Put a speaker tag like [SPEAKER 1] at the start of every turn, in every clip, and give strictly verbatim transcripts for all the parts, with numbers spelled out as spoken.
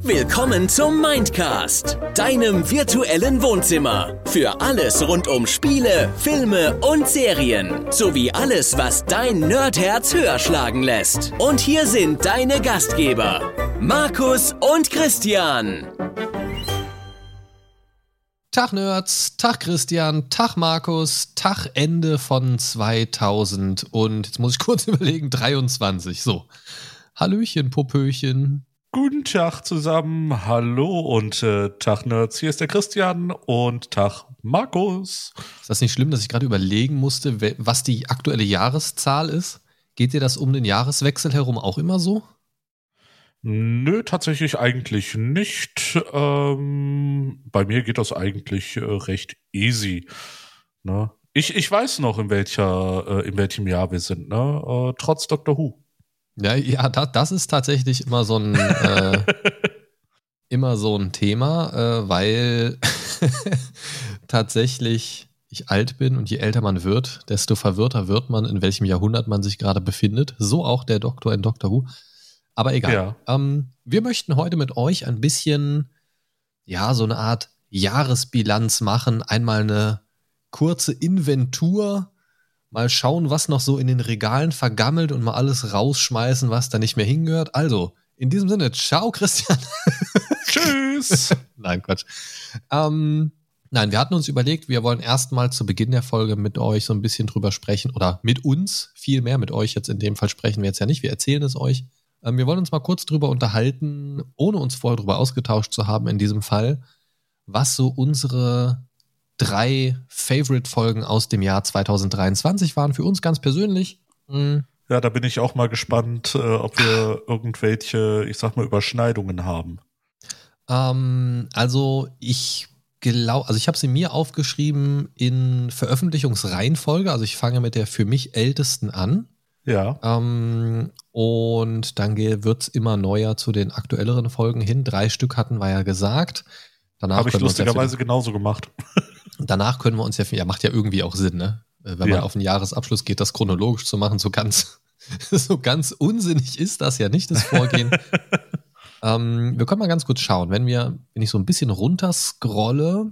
[SPEAKER 1] Willkommen zum Mindcast, deinem virtuellen Wohnzimmer. Für alles rund um Spiele, Filme und Serien. Sowie alles, was dein Nerdherz höher schlagen lässt. Und hier sind deine Gastgeber, Markus und Christian.
[SPEAKER 2] Tag Nerds, Tag Christian, Tag Markus, Tag Ende von zweitausend und jetzt muss ich kurz überlegen, dreiundzwanzig. So, Hallöchen, Popöchen.
[SPEAKER 3] Guten Tag zusammen, hallo und äh, Tag Nerds, hier ist der Christian und Tag Markus.
[SPEAKER 2] Ist das nicht schlimm, dass ich gerade überlegen musste, was die aktuelle Jahreszahl ist? Geht dir das um den Jahreswechsel herum auch immer so?
[SPEAKER 3] Nö, tatsächlich eigentlich nicht. Ähm, bei mir geht das eigentlich äh, recht easy. Ne? Ich, ich weiß noch, in welcher, äh, in welchem Jahr wir sind, ne? Äh, trotz Doktor Who.
[SPEAKER 2] Ja, ja, das, das ist tatsächlich immer so ein äh, immer so ein Thema, äh, weil tatsächlich ich alt bin und je älter man wird, desto verwirrter wird man, in welchem Jahrhundert man sich gerade befindet. So auch der Doktor in Doctor Who. Aber egal. Ja. Ähm, wir möchten heute mit euch ein bisschen, ja, so eine Art Jahresbilanz machen. Einmal eine kurze Inventur. Mal schauen, was noch so in den Regalen vergammelt und mal alles rausschmeißen, was da nicht mehr hingehört. Also, in diesem Sinne, ciao Christian.
[SPEAKER 3] Tschüss.
[SPEAKER 2] Nein, Quatsch. Ähm, nein, wir hatten uns überlegt, wir wollen erstmal zu Beginn der Folge mit euch so ein bisschen drüber sprechen oder mit uns, viel mehr mit euch jetzt in dem Fall sprechen wir jetzt ja nicht, wir erzählen es euch. Ähm, wir wollen uns mal kurz drüber unterhalten, ohne uns vorher drüber ausgetauscht zu haben in diesem Fall, was so unsere drei Favorite-Folgen aus dem Jahr zwanzig dreiundzwanzig waren, für uns ganz persönlich. Mhm.
[SPEAKER 3] Ja, da bin ich auch mal gespannt, äh, ob wir irgendwelche, ich sag mal, Überschneidungen haben.
[SPEAKER 2] Ähm, also ich glaube, also ich habe sie mir aufgeschrieben in Veröffentlichungsreihenfolge, also ich fange mit der für mich ältesten an.
[SPEAKER 3] Ja.
[SPEAKER 2] Ähm, und dann wird es immer neuer zu den aktuelleren Folgen hin. Drei Stück hatten wir ja gesagt.
[SPEAKER 3] Habe ich lustigerweise ja genauso gemacht.
[SPEAKER 2] Danach können wir uns ja, ja, macht ja irgendwie auch Sinn, ne? Wenn man ja auf den Jahresabschluss geht, das chronologisch zu machen, so ganz, so ganz unsinnig ist das ja nicht, das Vorgehen. ähm, wir können mal ganz kurz schauen, wenn wir, wenn ich so ein bisschen runterscrolle,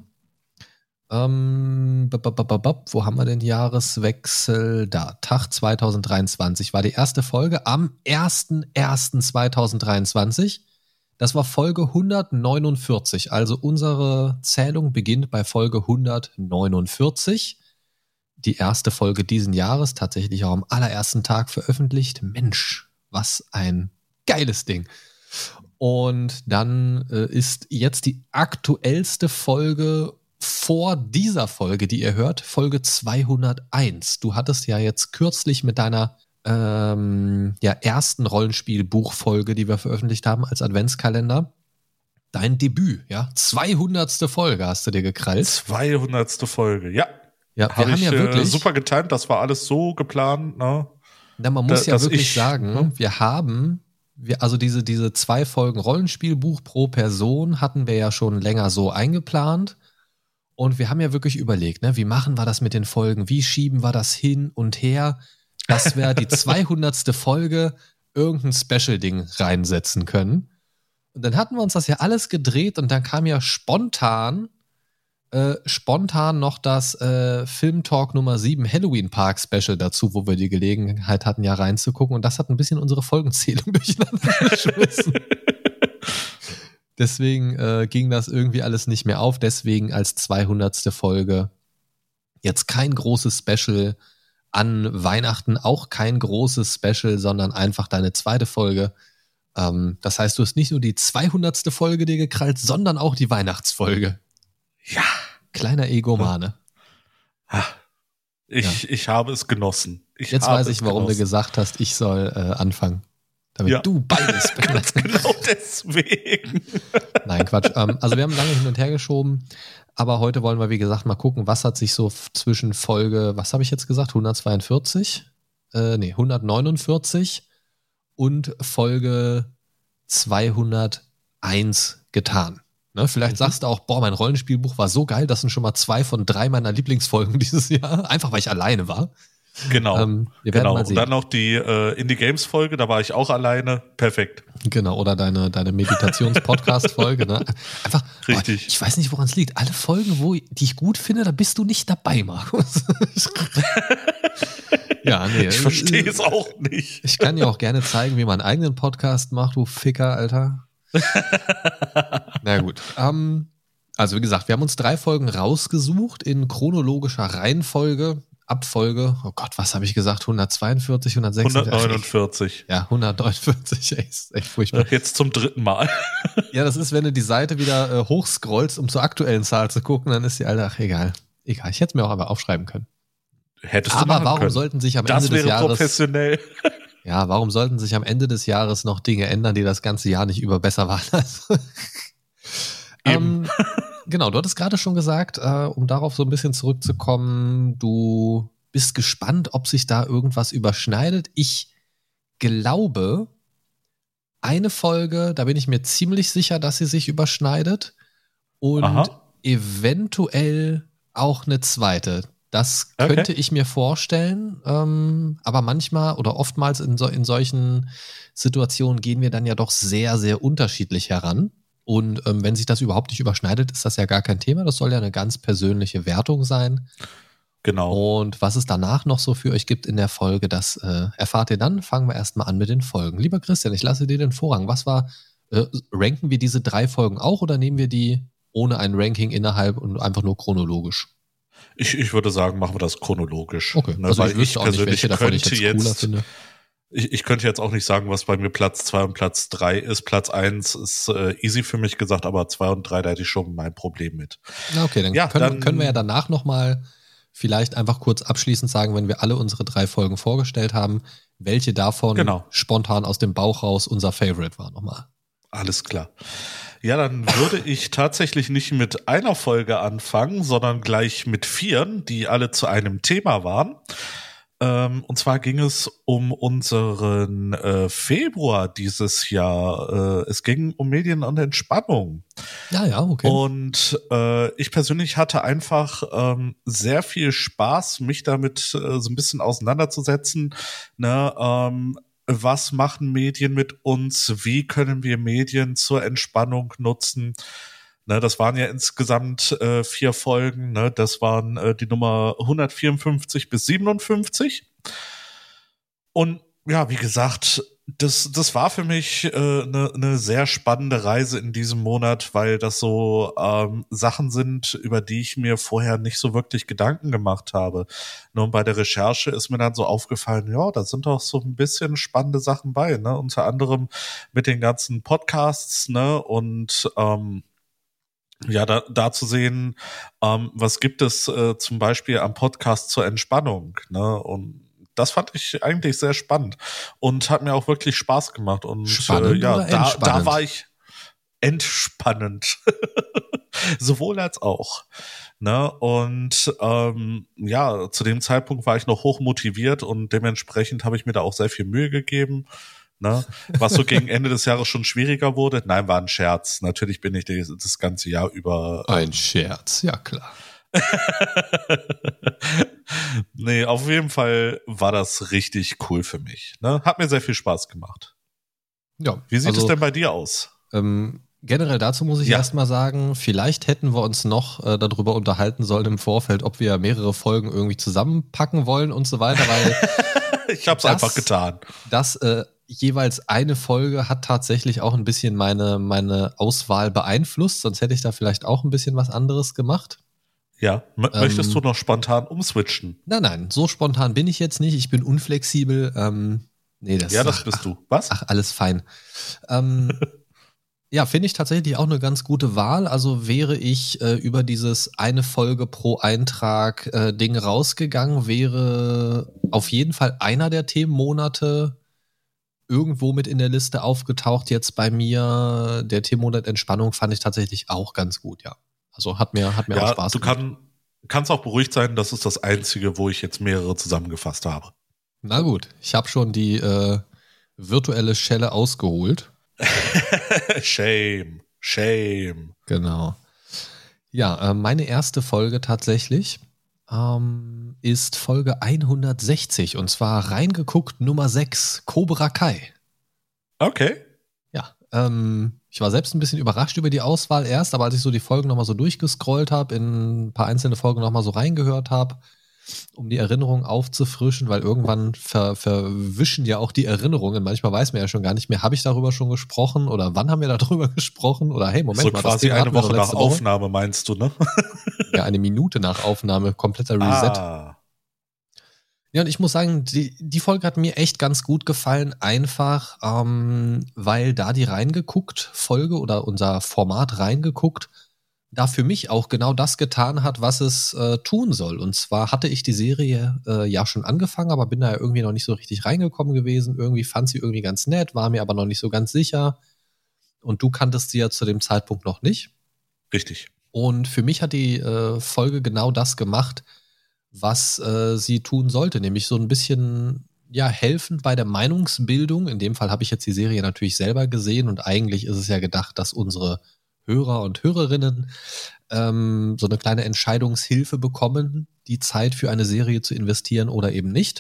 [SPEAKER 2] ähm, bop, bop, bop, bop, wo haben wir den Jahreswechsel? Da, Tag zwanzig dreiundzwanzig war die erste Folge am erster erster zweitausenddreiundzwanzig. Das war Folge hundertneunundvierzig, also unsere Zählung beginnt bei Folge hundertneunundvierzig. Die erste Folge diesen Jahres, tatsächlich auch am allerersten Tag veröffentlicht. Mensch, was ein geiles Ding. Und dann äh, ist jetzt die aktuellste Folge vor dieser Folge, die ihr hört, Folge zweihunderteins. Du hattest ja jetzt kürzlich mit deiner Ähm, ja, ersten Rollenspiel-Buchfolge, die wir veröffentlicht haben als Adventskalender. Dein Debüt, ja, zweihundertste Folge hast du dir gekrallt.
[SPEAKER 3] zweihundertste Folge, ja.
[SPEAKER 2] Ja, wir
[SPEAKER 3] Hab
[SPEAKER 2] haben
[SPEAKER 3] ich,
[SPEAKER 2] ja wirklich
[SPEAKER 3] äh, super getimt, das war alles so geplant, ne?
[SPEAKER 2] Na, man muss da, ja wirklich
[SPEAKER 3] ich,
[SPEAKER 2] sagen,
[SPEAKER 3] ne?
[SPEAKER 2] wir haben, wir, also diese, diese zwei Folgen Rollenspielbuch pro Person hatten wir ja schon länger so eingeplant. Und wir haben ja wirklich überlegt, ne, wie machen wir das mit den Folgen? Wie schieben wir das hin und her? Dass wir die zweihundertste Folge irgendein Special-Ding reinsetzen können. Und dann hatten wir uns das ja alles gedreht und dann kam ja spontan äh, spontan noch das äh, Film-Talk Nummer sieben Halloween Park Special dazu, wo wir die Gelegenheit hatten, ja reinzugucken. Und das hat ein bisschen unsere Folgenzählung durcheinander geschmissen. Deswegen äh, ging das irgendwie alles nicht mehr auf. Deswegen als zweihundertste Folge jetzt kein großes Special. An Weihnachten auch kein großes Special, sondern einfach deine zweite Folge. Ähm, das heißt, du hast nicht nur die zweihundertste Folge dir gekrallt, sondern auch die Weihnachtsfolge.
[SPEAKER 3] Ja.
[SPEAKER 2] Kleiner Egomane.
[SPEAKER 3] Ich, ja. ich habe es genossen. Ich
[SPEAKER 2] Jetzt weiß ich, warum genossen. du gesagt hast, ich soll äh, anfangen. Damit ja. du beides
[SPEAKER 3] Ganz genau deswegen.
[SPEAKER 2] Nein, Quatsch. Ähm, also wir haben lange hin und her geschoben. Aber heute wollen wir, wie gesagt, mal gucken, was hat sich so zwischen Folge, was habe ich jetzt gesagt, hundertzweiundvierzig? Äh, nee, hundertneunundvierzig und Folge zweihunderteins getan. Ne, vielleicht mhm. sagst du auch, boah, mein Rollenspielbuch war so geil, das sind schon mal zwei von drei meiner Lieblingsfolgen dieses Jahr, einfach weil ich alleine war.
[SPEAKER 3] Genau.
[SPEAKER 2] Ähm, wir werden
[SPEAKER 3] genau.
[SPEAKER 2] mal sehen.
[SPEAKER 3] Und dann noch die äh, Indie-Games-Folge, da war ich auch alleine. Perfekt.
[SPEAKER 2] Genau, oder deine, deine Meditations-Podcast-Folge. Ne? Einfach,
[SPEAKER 3] Richtig.
[SPEAKER 2] Oh, ich weiß nicht, woran es liegt. Alle Folgen, wo, die ich gut finde, da bist du nicht dabei, Markus. Ja, nee.
[SPEAKER 3] Ich verstehe es auch nicht.
[SPEAKER 2] Ich kann dir auch gerne zeigen, wie man einen eigenen Podcast macht, du Ficker, Alter. Na gut. Ähm, also wie gesagt, wir haben uns drei Folgen rausgesucht in chronologischer Reihenfolge. Abfolge, oh Gott, was habe ich gesagt? hundertzweiundvierzig, hundertsechsundvierzig?
[SPEAKER 3] hundertneunundvierzig.
[SPEAKER 2] Ja, hundertneunundvierzig, ey, ist echt furchtbar.
[SPEAKER 3] Jetzt zum dritten Mal.
[SPEAKER 2] Ja, das ist, wenn du die Seite wieder äh, hochscrollst, um zur aktuellen Zahl zu gucken, dann ist die Alter, ach, egal. Egal, ich hätte es mir auch aber aufschreiben können.
[SPEAKER 3] Hättest du
[SPEAKER 2] aber
[SPEAKER 3] machen
[SPEAKER 2] warum
[SPEAKER 3] können.
[SPEAKER 2] sollten sich am
[SPEAKER 3] das
[SPEAKER 2] Ende des
[SPEAKER 3] wäre
[SPEAKER 2] Jahres
[SPEAKER 3] professionell.
[SPEAKER 2] Ja, warum sollten sich am Ende des Jahres noch Dinge ändern, die das ganze Jahr nicht über besser waren? Also, ähm, genau, du hattest gerade schon gesagt, äh, um darauf so ein bisschen zurückzukommen, du bist gespannt, ob sich da irgendwas überschneidet. Ich glaube, eine Folge, da bin ich mir ziemlich sicher, dass sie sich überschneidet und
[SPEAKER 3] Aha.
[SPEAKER 2] eventuell auch eine zweite. Das könnte okay. ich mir vorstellen, ähm, aber manchmal oder oftmals in, so, in solchen Situationen gehen wir dann ja doch sehr, sehr unterschiedlich heran. Und ähm, wenn sich das überhaupt nicht überschneidet, ist das ja gar kein Thema. Das soll ja eine ganz persönliche Wertung sein.
[SPEAKER 3] Genau.
[SPEAKER 2] Und was es danach noch so für euch gibt in der Folge, das äh, erfahrt ihr dann. Fangen wir erstmal an mit den Folgen. Lieber Christian, ich lasse dir den Vorrang. Was war, äh, ranken wir diese drei Folgen auch oder nehmen wir die ohne ein Ranking innerhalb und einfach nur chronologisch?
[SPEAKER 3] Ich, ich würde sagen, machen wir das chronologisch.
[SPEAKER 2] Okay,
[SPEAKER 3] ne,
[SPEAKER 2] also
[SPEAKER 3] weil
[SPEAKER 2] ich wüsste
[SPEAKER 3] ich
[SPEAKER 2] auch nicht, welche davon ich jetzt cooler
[SPEAKER 3] jetzt,
[SPEAKER 2] finde.
[SPEAKER 3] Ich, ich könnte jetzt auch nicht sagen, was bei mir Platz zwei und Platz drei ist. Platz eins ist äh, easy für mich gesagt, aber zwei und drei, da hätte ich schon mein Problem mit.
[SPEAKER 2] Na okay, dann,
[SPEAKER 3] ja,
[SPEAKER 2] können,
[SPEAKER 3] dann
[SPEAKER 2] können wir ja danach nochmal vielleicht einfach kurz abschließend sagen, wenn wir alle unsere drei Folgen vorgestellt haben, welche davon
[SPEAKER 3] genau.
[SPEAKER 2] spontan aus dem Bauch raus unser Favorite war nochmal.
[SPEAKER 3] Alles klar. Ja, dann würde ich tatsächlich nicht mit einer Folge anfangen, sondern gleich mit vieren, die alle zu einem Thema waren. Ähm, und zwar ging es um unseren äh, Februar dieses Jahr. Äh, es ging um Medien und Entspannung.
[SPEAKER 2] Ja, ja, okay.
[SPEAKER 3] Und äh, ich persönlich hatte einfach ähm, sehr viel Spaß, mich damit äh, so ein bisschen auseinanderzusetzen. Ne, ähm, was machen Medien mit uns? Wie können wir Medien zur Entspannung nutzen? Ne, das waren ja insgesamt äh, vier Folgen. Ne? Das waren äh, die Nummer hundertvierundfünfzig bis siebenundfünfzig. Und ja, wie gesagt, das das war für mich eine äh, ne, ne sehr spannende Reise in diesem Monat, weil das so ähm, Sachen sind, über die ich mir vorher nicht so wirklich Gedanken gemacht habe. Nur bei der Recherche ist mir dann so aufgefallen, ja, da sind doch so ein bisschen spannende Sachen bei, ne? Unter anderem mit den ganzen Podcasts, ne? Und ähm, ja, da, da zu sehen, ähm, was gibt es äh, zum Beispiel am Podcast zur Entspannung, ne? Und das fand ich eigentlich sehr spannend und hat mir auch wirklich Spaß gemacht. Und
[SPEAKER 2] spannend
[SPEAKER 3] äh, ja,
[SPEAKER 2] oder
[SPEAKER 3] da,
[SPEAKER 2] entspannend?
[SPEAKER 3] da war ich entspannend. Sowohl als auch. Ne? Und ähm, ja, zu dem Zeitpunkt war ich noch hoch motiviert und dementsprechend habe ich mir da auch sehr viel Mühe gegeben. Ne? Was so gegen Ende des Jahres schon schwieriger wurde. Nein, war ein Scherz. Natürlich bin ich das, das ganze Jahr über.
[SPEAKER 2] Ein Scherz, ja klar.
[SPEAKER 3] Nee, auf jeden Fall war das richtig cool für mich. Ne? Hat mir sehr viel Spaß gemacht.
[SPEAKER 2] Ja,
[SPEAKER 3] Wie sieht
[SPEAKER 2] also,
[SPEAKER 3] es denn bei dir aus?
[SPEAKER 2] Ähm, generell dazu muss ich
[SPEAKER 3] ja.
[SPEAKER 2] erstmal sagen, vielleicht hätten wir uns noch äh, darüber unterhalten sollen im Vorfeld, ob wir mehrere Folgen irgendwie zusammenpacken wollen und so weiter, weil
[SPEAKER 3] ich habe es einfach getan.
[SPEAKER 2] Das äh, jeweils eine Folge hat tatsächlich auch ein bisschen meine, meine Auswahl beeinflusst, sonst hätte ich da vielleicht auch ein bisschen was anderes gemacht.
[SPEAKER 3] Ja, M-
[SPEAKER 2] ähm,
[SPEAKER 3] möchtest du noch spontan umswitchen?
[SPEAKER 2] Nein, nein, so spontan bin ich jetzt nicht. Ich bin unflexibel. Ähm, nee, das,
[SPEAKER 3] ja, das
[SPEAKER 2] ach,
[SPEAKER 3] bist
[SPEAKER 2] ach,
[SPEAKER 3] du. Was?
[SPEAKER 2] Ach, alles fein. Ähm, ja, finde ich tatsächlich auch eine ganz gute Wahl. Also wäre ich äh, über dieses eine Folge pro Eintrag äh, Ding rausgegangen, wäre auf jeden Fall einer der Themenmonate irgendwo mit in der Liste aufgetaucht. Jetzt bei mir, der Themenmonat Entspannung fand ich tatsächlich auch ganz gut, ja. Also hat mir, hat mir
[SPEAKER 3] ja,
[SPEAKER 2] auch Spaß
[SPEAKER 3] du
[SPEAKER 2] gemacht.
[SPEAKER 3] kann, kannst auch beruhigt sein, das ist das Einzige, wo ich jetzt mehrere zusammengefasst habe.
[SPEAKER 2] Na gut, ich habe schon die äh, virtuelle Schelle ausgeholt.
[SPEAKER 3] Shame, shame.
[SPEAKER 2] Genau. Ja, äh, meine erste Folge tatsächlich ähm, ist Folge hundertsechzig und zwar reingeguckt Nummer sechs, Cobra Kai.
[SPEAKER 3] Okay.
[SPEAKER 2] Ja, ähm, ich war selbst ein bisschen überrascht über die Auswahl erst, aber als ich so die Folgen nochmal so durchgescrollt habe, in ein paar einzelne Folgen nochmal so reingehört habe, um die Erinnerung aufzufrischen, weil irgendwann ver, verwischen ja auch die Erinnerungen. Manchmal weiß man ja schon gar nicht mehr, habe ich darüber schon gesprochen oder wann haben wir darüber gesprochen oder hey, Moment
[SPEAKER 3] so
[SPEAKER 2] mal.
[SPEAKER 3] So quasi
[SPEAKER 2] das
[SPEAKER 3] eine Woche nach
[SPEAKER 2] Woche.
[SPEAKER 3] Aufnahme meinst du, ne?
[SPEAKER 2] Ja, eine Minute nach Aufnahme, kompletter Reset.
[SPEAKER 3] Ah.
[SPEAKER 2] Ja, und ich muss sagen, die, die Folge hat mir echt ganz gut gefallen, einfach ähm, weil da die reingeguckt Folge oder unser Format reingeguckt da für mich auch genau das getan hat, was es äh, tun soll. Und zwar hatte ich die Serie äh, ja schon angefangen, aber bin da ja irgendwie noch nicht so richtig reingekommen gewesen. Irgendwie fand sie irgendwie ganz nett, war mir aber noch nicht so ganz sicher. Und du kanntest sie ja zu dem Zeitpunkt noch nicht.
[SPEAKER 3] Richtig.
[SPEAKER 2] Und für mich hat die äh, Folge genau das gemacht, was äh, sie tun sollte, nämlich so ein bisschen ja helfen bei der Meinungsbildung. In dem Fall habe ich jetzt die Serie natürlich selber gesehen und eigentlich ist es ja gedacht, dass unsere Hörer und Hörerinnen ähm, so eine kleine Entscheidungshilfe bekommen, die Zeit für eine Serie zu investieren oder eben nicht.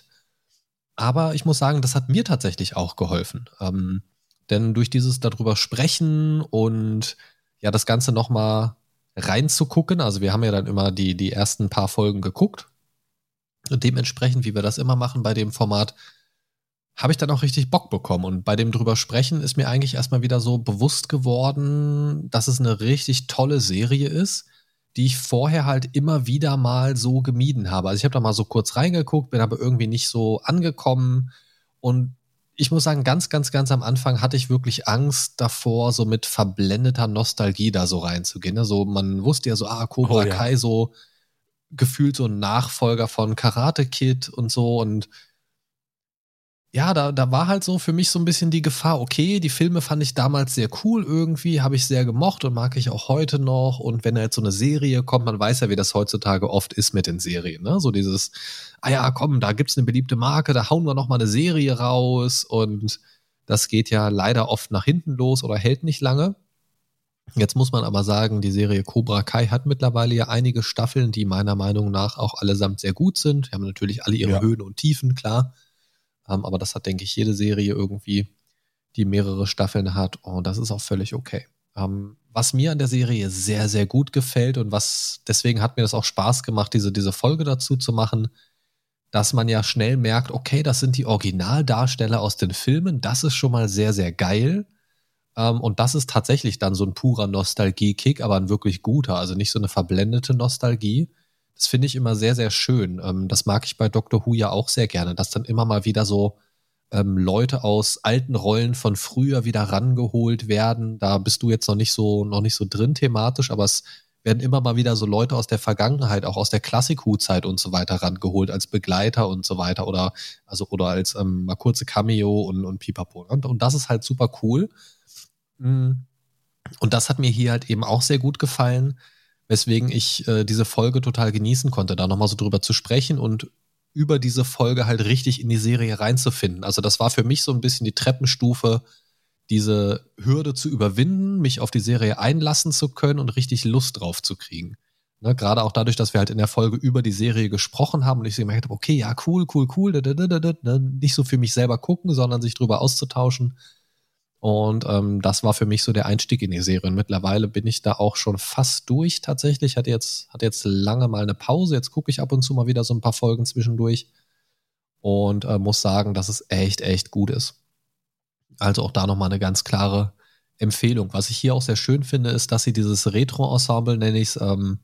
[SPEAKER 2] Aber ich muss sagen, das hat mir tatsächlich auch geholfen. Ähm, denn durch dieses darüber sprechen und ja das Ganze nochmal reinzugucken, also wir haben ja dann immer die, die ersten paar Folgen geguckt und dementsprechend, wie wir das immer machen bei dem Format, habe ich dann auch richtig Bock bekommen. Und bei dem drüber sprechen ist mir eigentlich erstmal wieder so bewusst geworden, dass es eine richtig tolle Serie ist, die ich vorher halt immer wieder mal so gemieden habe. Also ich habe da mal so kurz reingeguckt, bin aber irgendwie nicht so angekommen. Und ich muss sagen, ganz, ganz, ganz am Anfang hatte ich wirklich Angst davor, so mit verblendeter Nostalgie da so reinzugehen. Also man wusste ja so, ah, Cobra
[SPEAKER 3] Oh, ja.
[SPEAKER 2] Kai, so gefühlt so ein Nachfolger von Karate Kid und so und ja, da, da war halt so für mich so ein bisschen die Gefahr, okay, die Filme fand ich damals sehr cool irgendwie, habe ich sehr gemocht und mag ich auch heute noch. Und wenn da jetzt so eine Serie kommt, man weiß ja, wie das heutzutage oft ist mit den Serien, ne? So dieses, ah ja, komm, da gibt's eine beliebte Marke, da hauen wir noch mal eine Serie raus und das geht ja leider oft nach hinten los oder hält nicht lange. Jetzt muss man aber sagen, die Serie Cobra Kai hat mittlerweile ja einige Staffeln, die meiner Meinung nach auch allesamt sehr gut sind. Die haben natürlich alle ihre
[SPEAKER 3] Ja.
[SPEAKER 2] Höhen und Tiefen, klar. Um, aber das hat, denke ich, jede Serie irgendwie, die mehrere Staffeln hat. Und das ist auch völlig okay. Um, was mir an der Serie sehr, sehr gut gefällt und was, deswegen hat mir das auch Spaß gemacht, diese, diese Folge dazu zu machen, dass man ja schnell merkt, okay, das sind die Originaldarsteller aus den Filmen. Das ist schon mal sehr, sehr geil. Um, und das ist tatsächlich dann so ein purer Nostalgie-Kick, aber ein wirklich guter. Also nicht so eine verblendete Nostalgie. Das finde ich immer sehr, sehr schön. Ähm, das mag ich bei Doctor Who ja auch sehr gerne, dass dann immer mal wieder so ähm, Leute aus alten Rollen von früher wieder rangeholt werden. Da bist du jetzt noch nicht so, noch nicht so drin thematisch, aber es werden immer mal wieder so Leute aus der Vergangenheit, auch aus der Classic-Who-Zeit und so weiter rangeholt, als Begleiter und so weiter oder, also, oder als ähm, mal kurze Cameo und, und Pipapo. Und, und das ist halt super cool. Und das hat mir hier halt eben auch sehr gut gefallen, weswegen ich äh, diese Folge total genießen konnte, da nochmal so drüber zu sprechen und über diese Folge halt richtig in die Serie reinzufinden. Also das war für mich so ein bisschen die Treppenstufe, diese Hürde zu überwinden, mich auf die Serie einlassen zu können und richtig Lust drauf zu kriegen. Ne, gerade auch dadurch, dass wir halt in der Folge über die Serie gesprochen haben und ich so gemerkt habe, okay, ja, cool, cool, cool, ne, nicht so für mich selber gucken, sondern sich drüber auszutauschen. Und ähm, das war für mich so der Einstieg in die Serie. Und mittlerweile bin ich da auch schon fast durch tatsächlich. Hatte jetzt, hatte jetzt lange mal eine Pause. Jetzt gucke ich ab und zu mal wieder so ein paar Folgen zwischendurch. Und äh, muss sagen, dass es echt, echt gut ist. Also auch da nochmal eine ganz klare Empfehlung. Was ich hier auch sehr schön finde, ist, dass sie dieses Retro-Ensemble, nenne ich es, ähm,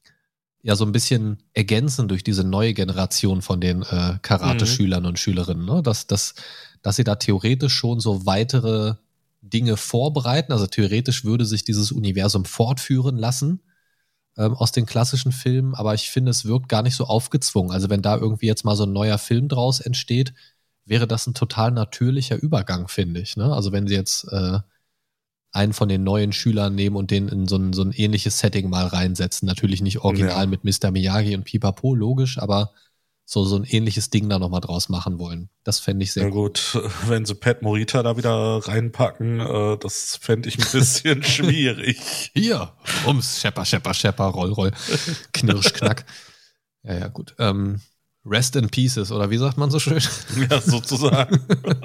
[SPEAKER 2] ja so ein bisschen ergänzen durch diese neue Generation von den äh, Karate-Schülern und Schülerinnen. Ne? Dass, dass, dass sie da theoretisch schon so weitere Dinge vorbereiten. Also theoretisch würde sich dieses Universum fortführen lassen ähm, aus den klassischen Filmen, aber ich finde, es wirkt gar nicht so aufgezwungen. Also wenn da irgendwie jetzt mal so ein neuer Film draus entsteht, wäre das ein total natürlicher Übergang, finde ich. Ne? Also wenn sie jetzt äh, einen von den neuen Schülern nehmen und den in so ein, so ein ähnliches Setting mal reinsetzen. Natürlich nicht original ja. mit Mister Miyagi und Pipapo, logisch, aber so, so ein ähnliches Ding da nochmal draus machen wollen. Das fände ich sehr
[SPEAKER 3] ja, gut. Wenn sie Pat Morita da wieder reinpacken, äh, das fände ich ein bisschen schwierig.
[SPEAKER 2] Hier, ums Schepper, Schepper, Schepper, Roll, Roll, Knirsch, Knack. Ja, ja, gut. Ähm, Rest in Pieces, oder wie sagt man so schön?
[SPEAKER 3] Ja, sozusagen.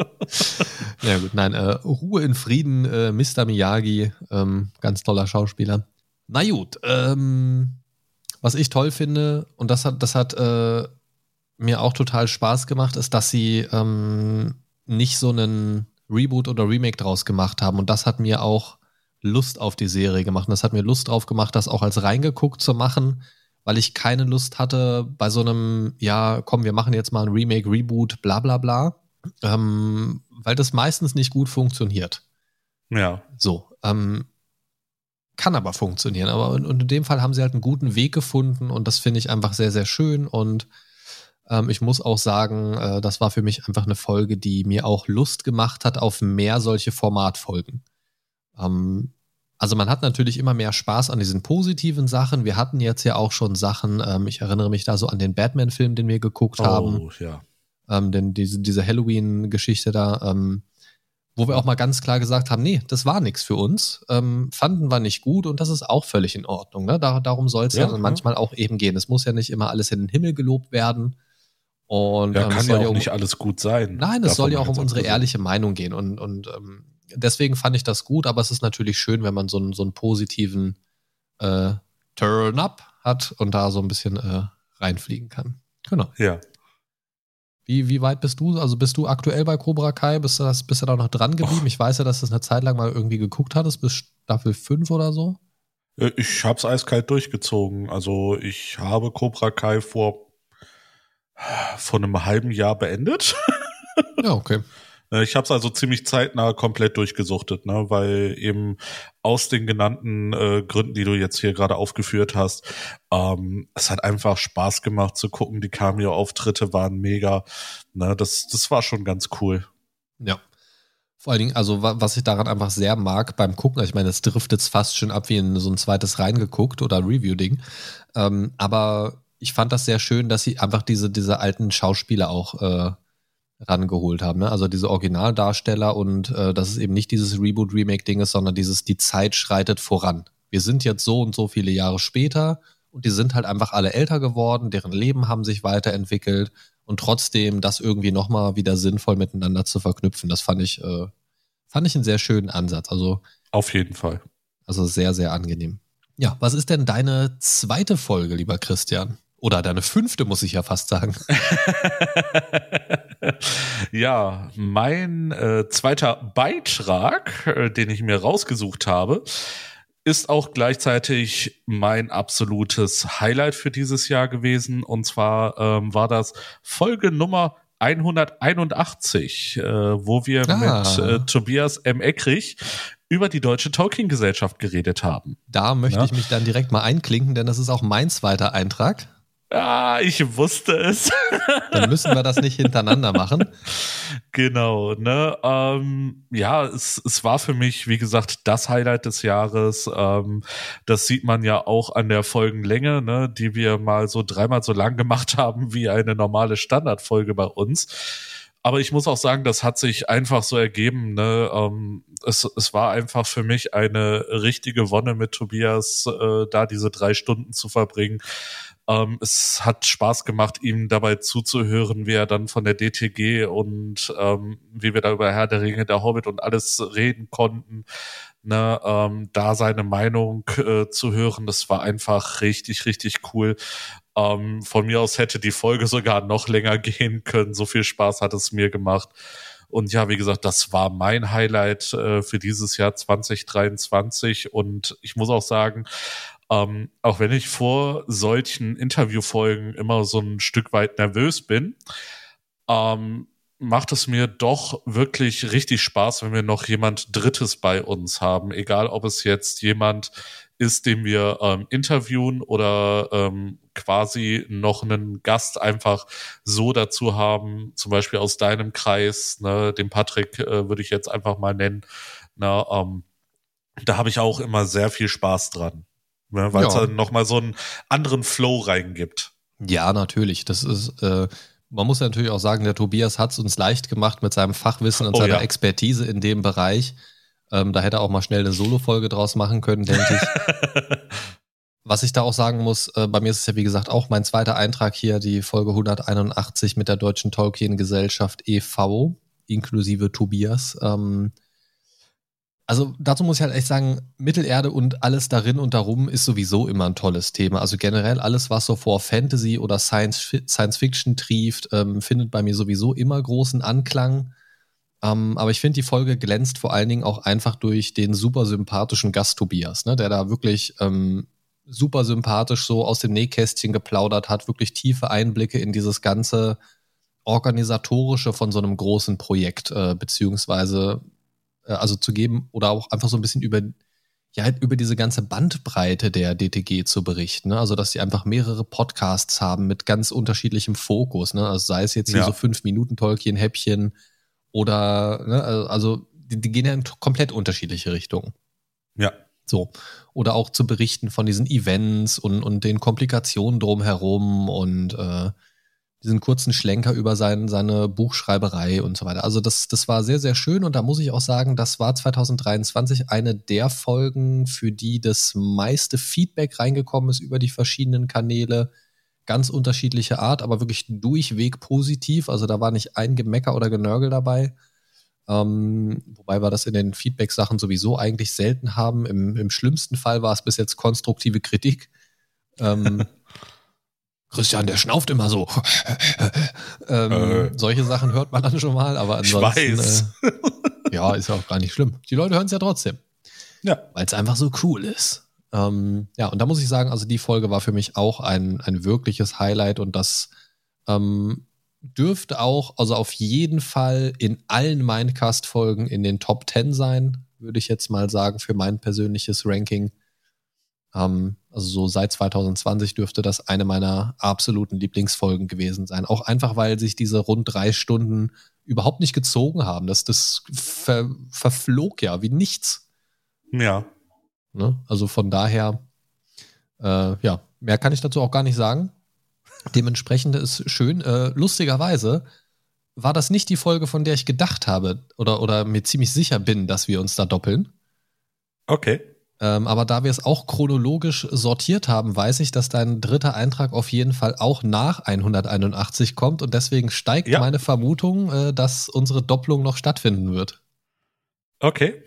[SPEAKER 2] Ja gut, nein, äh, Ruhe in Frieden, äh, Mister Miyagi, ähm, ganz toller Schauspieler. Na gut, ähm, was ich toll finde, und das hat, das hat äh, mir auch total Spaß gemacht, ist, dass sie ähm, nicht so einen Reboot oder Remake draus gemacht haben. Und das hat mir auch Lust auf die Serie gemacht. Und das hat mir Lust drauf gemacht, das auch als reingeguckt zu machen, weil ich keine Lust hatte bei so einem, ja, komm, wir machen jetzt mal ein Remake, Reboot, bla bla bla, ähm, weil das meistens nicht gut funktioniert.
[SPEAKER 3] Ja.
[SPEAKER 2] So, ähm, kann aber funktionieren. Aber und, und in dem Fall haben sie halt einen guten Weg gefunden und das finde ich einfach sehr, sehr schön. Und ähm, ich muss auch sagen, äh, das war für mich einfach eine Folge, die mir auch Lust gemacht hat auf mehr solche Formatfolgen. Ähm, Also man hat natürlich immer mehr Spaß an diesen positiven Sachen. Wir hatten jetzt ja auch schon Sachen, ähm, ich erinnere mich da so an den Batman-Film, den wir geguckt
[SPEAKER 3] oh,
[SPEAKER 2] haben.
[SPEAKER 3] Ja.
[SPEAKER 2] Ähm, denn diese, diese Halloween-Geschichte da, ähm, wo wir auch mal ganz klar gesagt haben, nee, das war nichts für uns, ähm, fanden wir nicht gut und das ist auch völlig in Ordnung. Ne? Da, darum soll es ja, ja dann manchmal auch eben gehen. Es muss ja nicht immer alles in den Himmel gelobt werden. Und,
[SPEAKER 3] ja,
[SPEAKER 2] ähm,
[SPEAKER 3] kann
[SPEAKER 2] soll
[SPEAKER 3] ja
[SPEAKER 2] ja
[SPEAKER 3] auch
[SPEAKER 2] um,
[SPEAKER 3] nicht alles gut sein.
[SPEAKER 2] Nein, es soll ja auch um unsere ehrliche Meinung gehen und, und ähm, deswegen fand ich das gut, aber es ist natürlich schön, wenn man so einen, so einen positiven äh, Turn-up hat und da so ein bisschen äh, reinfliegen kann. Genau.
[SPEAKER 3] Ja.
[SPEAKER 2] Wie, wie weit bist du? Also bist du aktuell bei Cobra Kai? Bist du, das, bist du da noch dran geblieben? Och. Ich weiß ja, dass du das eine Zeit lang mal irgendwie geguckt hattest, bis Staffel fünf oder so.
[SPEAKER 3] Ich hab's eiskalt durchgezogen. Also ich habe Cobra Kai vor, vor einem halben Jahr beendet.
[SPEAKER 2] Ja, okay.
[SPEAKER 3] Ich habe es also ziemlich zeitnah komplett durchgesuchtet, ne, weil eben aus den genannten äh, Gründen, die du jetzt hier gerade aufgeführt hast, ähm, es hat einfach Spaß gemacht zu gucken. Die Cameo-Auftritte waren mega. Ne, das, das war schon ganz cool.
[SPEAKER 2] Ja. Vor allen Dingen, also was ich daran einfach sehr mag beim Gucken, ich meine, es driftet fast schon ab wie in so ein zweites reingeguckt oder Review-Ding, ähm, aber ich fand das sehr schön, dass sie einfach diese, diese alten Schauspieler auch äh, rangeholt haben, ne? Also diese Originaldarsteller und äh, dass es eben nicht dieses Reboot-Remake-Ding ist, sondern dieses, die Zeit schreitet voran. Wir sind jetzt so und so viele Jahre später und die sind halt einfach alle älter geworden, deren Leben haben sich weiterentwickelt und trotzdem das irgendwie nochmal wieder sinnvoll miteinander zu verknüpfen, das fand ich, äh, fand ich einen sehr schönen Ansatz. Also
[SPEAKER 3] auf jeden Fall.
[SPEAKER 2] Also sehr, sehr angenehm. Ja, was ist denn deine zweite Folge, lieber Christian? Oder deine fünfte, muss ich ja fast sagen.
[SPEAKER 3] Ja, mein äh, zweiter Beitrag, äh, den ich mir rausgesucht habe, ist auch gleichzeitig mein absolutes Highlight für dieses Jahr gewesen. Und zwar ähm, war das Folge Nummer hunderteinundachtzig, äh, wo wir
[SPEAKER 2] ah.
[SPEAKER 3] mit äh, Tobias M. Eckrich über die Deutsche Tolkien-Gesellschaft geredet haben.
[SPEAKER 2] Da möchte
[SPEAKER 3] ja?
[SPEAKER 2] ich mich dann direkt mal einklinken, denn das ist auch mein zweiter Eintrag.
[SPEAKER 3] Ah, ich wusste es.
[SPEAKER 2] Dann müssen wir das nicht hintereinander machen.
[SPEAKER 3] Genau, ne? Ähm, ja, es, es war für mich, wie gesagt, das Highlight des Jahres. Ähm, das sieht man ja auch an der Folgenlänge, ne, die wir mal so dreimal so lang gemacht haben wie eine normale Standardfolge bei uns. Aber ich muss auch sagen, das hat sich einfach so ergeben, ne? Ähm, es, es war einfach für mich eine richtige Wonne mit Tobias, äh, da diese drei Stunden zu verbringen. Ähm, es hat Spaß gemacht, ihm dabei zuzuhören, wie er dann von der D T G und ähm, wie wir da über Herr der Ringe, der Hobbit und alles reden konnten. Ne, ähm, da seine Meinung äh, zu hören, das war einfach richtig, richtig cool. Ähm, von mir aus hätte die Folge sogar noch länger gehen können. So viel Spaß hat es mir gemacht. Und ja, wie gesagt, das war mein Highlight äh, für dieses Jahr zwanzig dreiundzwanzig. Und ich muss auch sagen, ähm, auch wenn ich vor solchen Interviewfolgen immer so ein Stück weit nervös bin, ähm, macht es mir doch wirklich richtig Spaß, wenn wir noch jemand Drittes bei uns haben. Egal, ob es jetzt jemand ist, den wir ähm, interviewen oder ähm, quasi noch einen Gast einfach so dazu haben, zum Beispiel aus deinem Kreis, ne, den Patrick äh, würde ich jetzt einfach mal nennen. Na, ähm, da habe ich auch immer sehr viel Spaß dran, ne, weil es
[SPEAKER 2] Ja.
[SPEAKER 3] dann nochmal so einen anderen Flow reingibt.
[SPEAKER 2] Ja, natürlich. Das ist, äh, man muss ja natürlich auch sagen, der Tobias hat es uns leicht gemacht mit seinem Fachwissen und
[SPEAKER 3] Oh,
[SPEAKER 2] seiner
[SPEAKER 3] ja.
[SPEAKER 2] Expertise in dem Bereich. Ähm, da hätte er auch mal schnell eine Solo-Folge draus machen können, denke ich. Was ich da auch sagen muss, äh, bei mir ist es ja wie gesagt auch mein zweiter Eintrag hier, die Folge hunderteinundachtzig mit der Deutschen Tolkien-Gesellschaft e V, inklusive Tobias. Ähm, also dazu muss ich halt echt sagen, Mittelerde und alles darin und darum ist sowieso immer ein tolles Thema. Also generell alles, was so vor Fantasy oder Science, Science Fiction trieft, ähm, findet bei mir sowieso immer großen Anklang. Ähm, aber ich finde, die Folge glänzt vor allen Dingen auch einfach durch den super sympathischen Gast Tobias, ne, der da wirklich ähm, super sympathisch so aus dem Nähkästchen geplaudert hat, wirklich tiefe Einblicke in dieses ganze Organisatorische von so einem großen Projekt, äh, beziehungsweise äh, also zu geben oder auch einfach so ein bisschen über, ja, halt über diese ganze Bandbreite der D T G zu berichten, ne? Also dass die einfach mehrere Podcasts haben mit ganz unterschiedlichem Fokus, ne? Also sei es jetzt hier
[SPEAKER 3] Ja.
[SPEAKER 2] so fünf Minuten Tolkien-Häppchen oder, ne, also die, die gehen ja in komplett unterschiedliche Richtungen.
[SPEAKER 3] Ja.
[SPEAKER 2] So. Oder auch zu berichten von diesen Events und, und den Komplikationen drumherum und äh, diesen kurzen Schlenker über sein, seine Buchschreiberei und so weiter. Also das, das war sehr, sehr schön und da muss ich auch sagen, das war zwanzig dreiundzwanzig eine der Folgen, für die das meiste Feedback reingekommen ist über die verschiedenen Kanäle. Ganz unterschiedliche Art, aber wirklich durchweg positiv. Also da war nicht ein Gemecker oder Genörgel dabei. Ähm, wobei wir das in den Feedback-Sachen sowieso eigentlich selten haben. Im, im schlimmsten Fall war es bis jetzt konstruktive Kritik. Ähm, Christian, der schnauft immer so. ähm,
[SPEAKER 3] Äh.
[SPEAKER 2] Solche Sachen hört man dann schon mal, aber ansonsten
[SPEAKER 3] Ich weiß.
[SPEAKER 2] Äh, ja, ist ja auch gar nicht schlimm. Die Leute hören es ja trotzdem.
[SPEAKER 3] Ja.
[SPEAKER 2] Weil es einfach so cool ist. Ähm, ja, und da muss ich sagen, also die Folge war für mich auch ein, ein wirkliches Highlight und das ähm, dürfte auch, also auf jeden Fall in allen Mindcast-Folgen in den Top Ten sein, würde ich jetzt mal sagen, für mein persönliches Ranking. Ähm, also so seit zwanzig zwanzig dürfte das eine meiner absoluten Lieblingsfolgen gewesen sein. Auch einfach, weil sich diese rund drei Stunden überhaupt nicht gezogen haben. Das, das ver, verflog ja wie nichts.
[SPEAKER 3] Ja.
[SPEAKER 2] Ne? Also von daher, äh, ja, mehr kann ich dazu auch gar nicht sagen. Dementsprechend ist schön. Äh, lustigerweise war das nicht die Folge, von der ich gedacht habe oder, oder mir ziemlich sicher bin, dass wir uns da doppeln.
[SPEAKER 3] Okay.
[SPEAKER 2] Ähm, aber da wir es auch chronologisch sortiert haben, weiß ich, dass dein dritter Eintrag auf jeden Fall auch nach hunderteinundachtzig kommt und deswegen steigt
[SPEAKER 3] Ja.
[SPEAKER 2] meine Vermutung, äh, dass unsere Doppelung noch stattfinden wird.
[SPEAKER 3] Okay.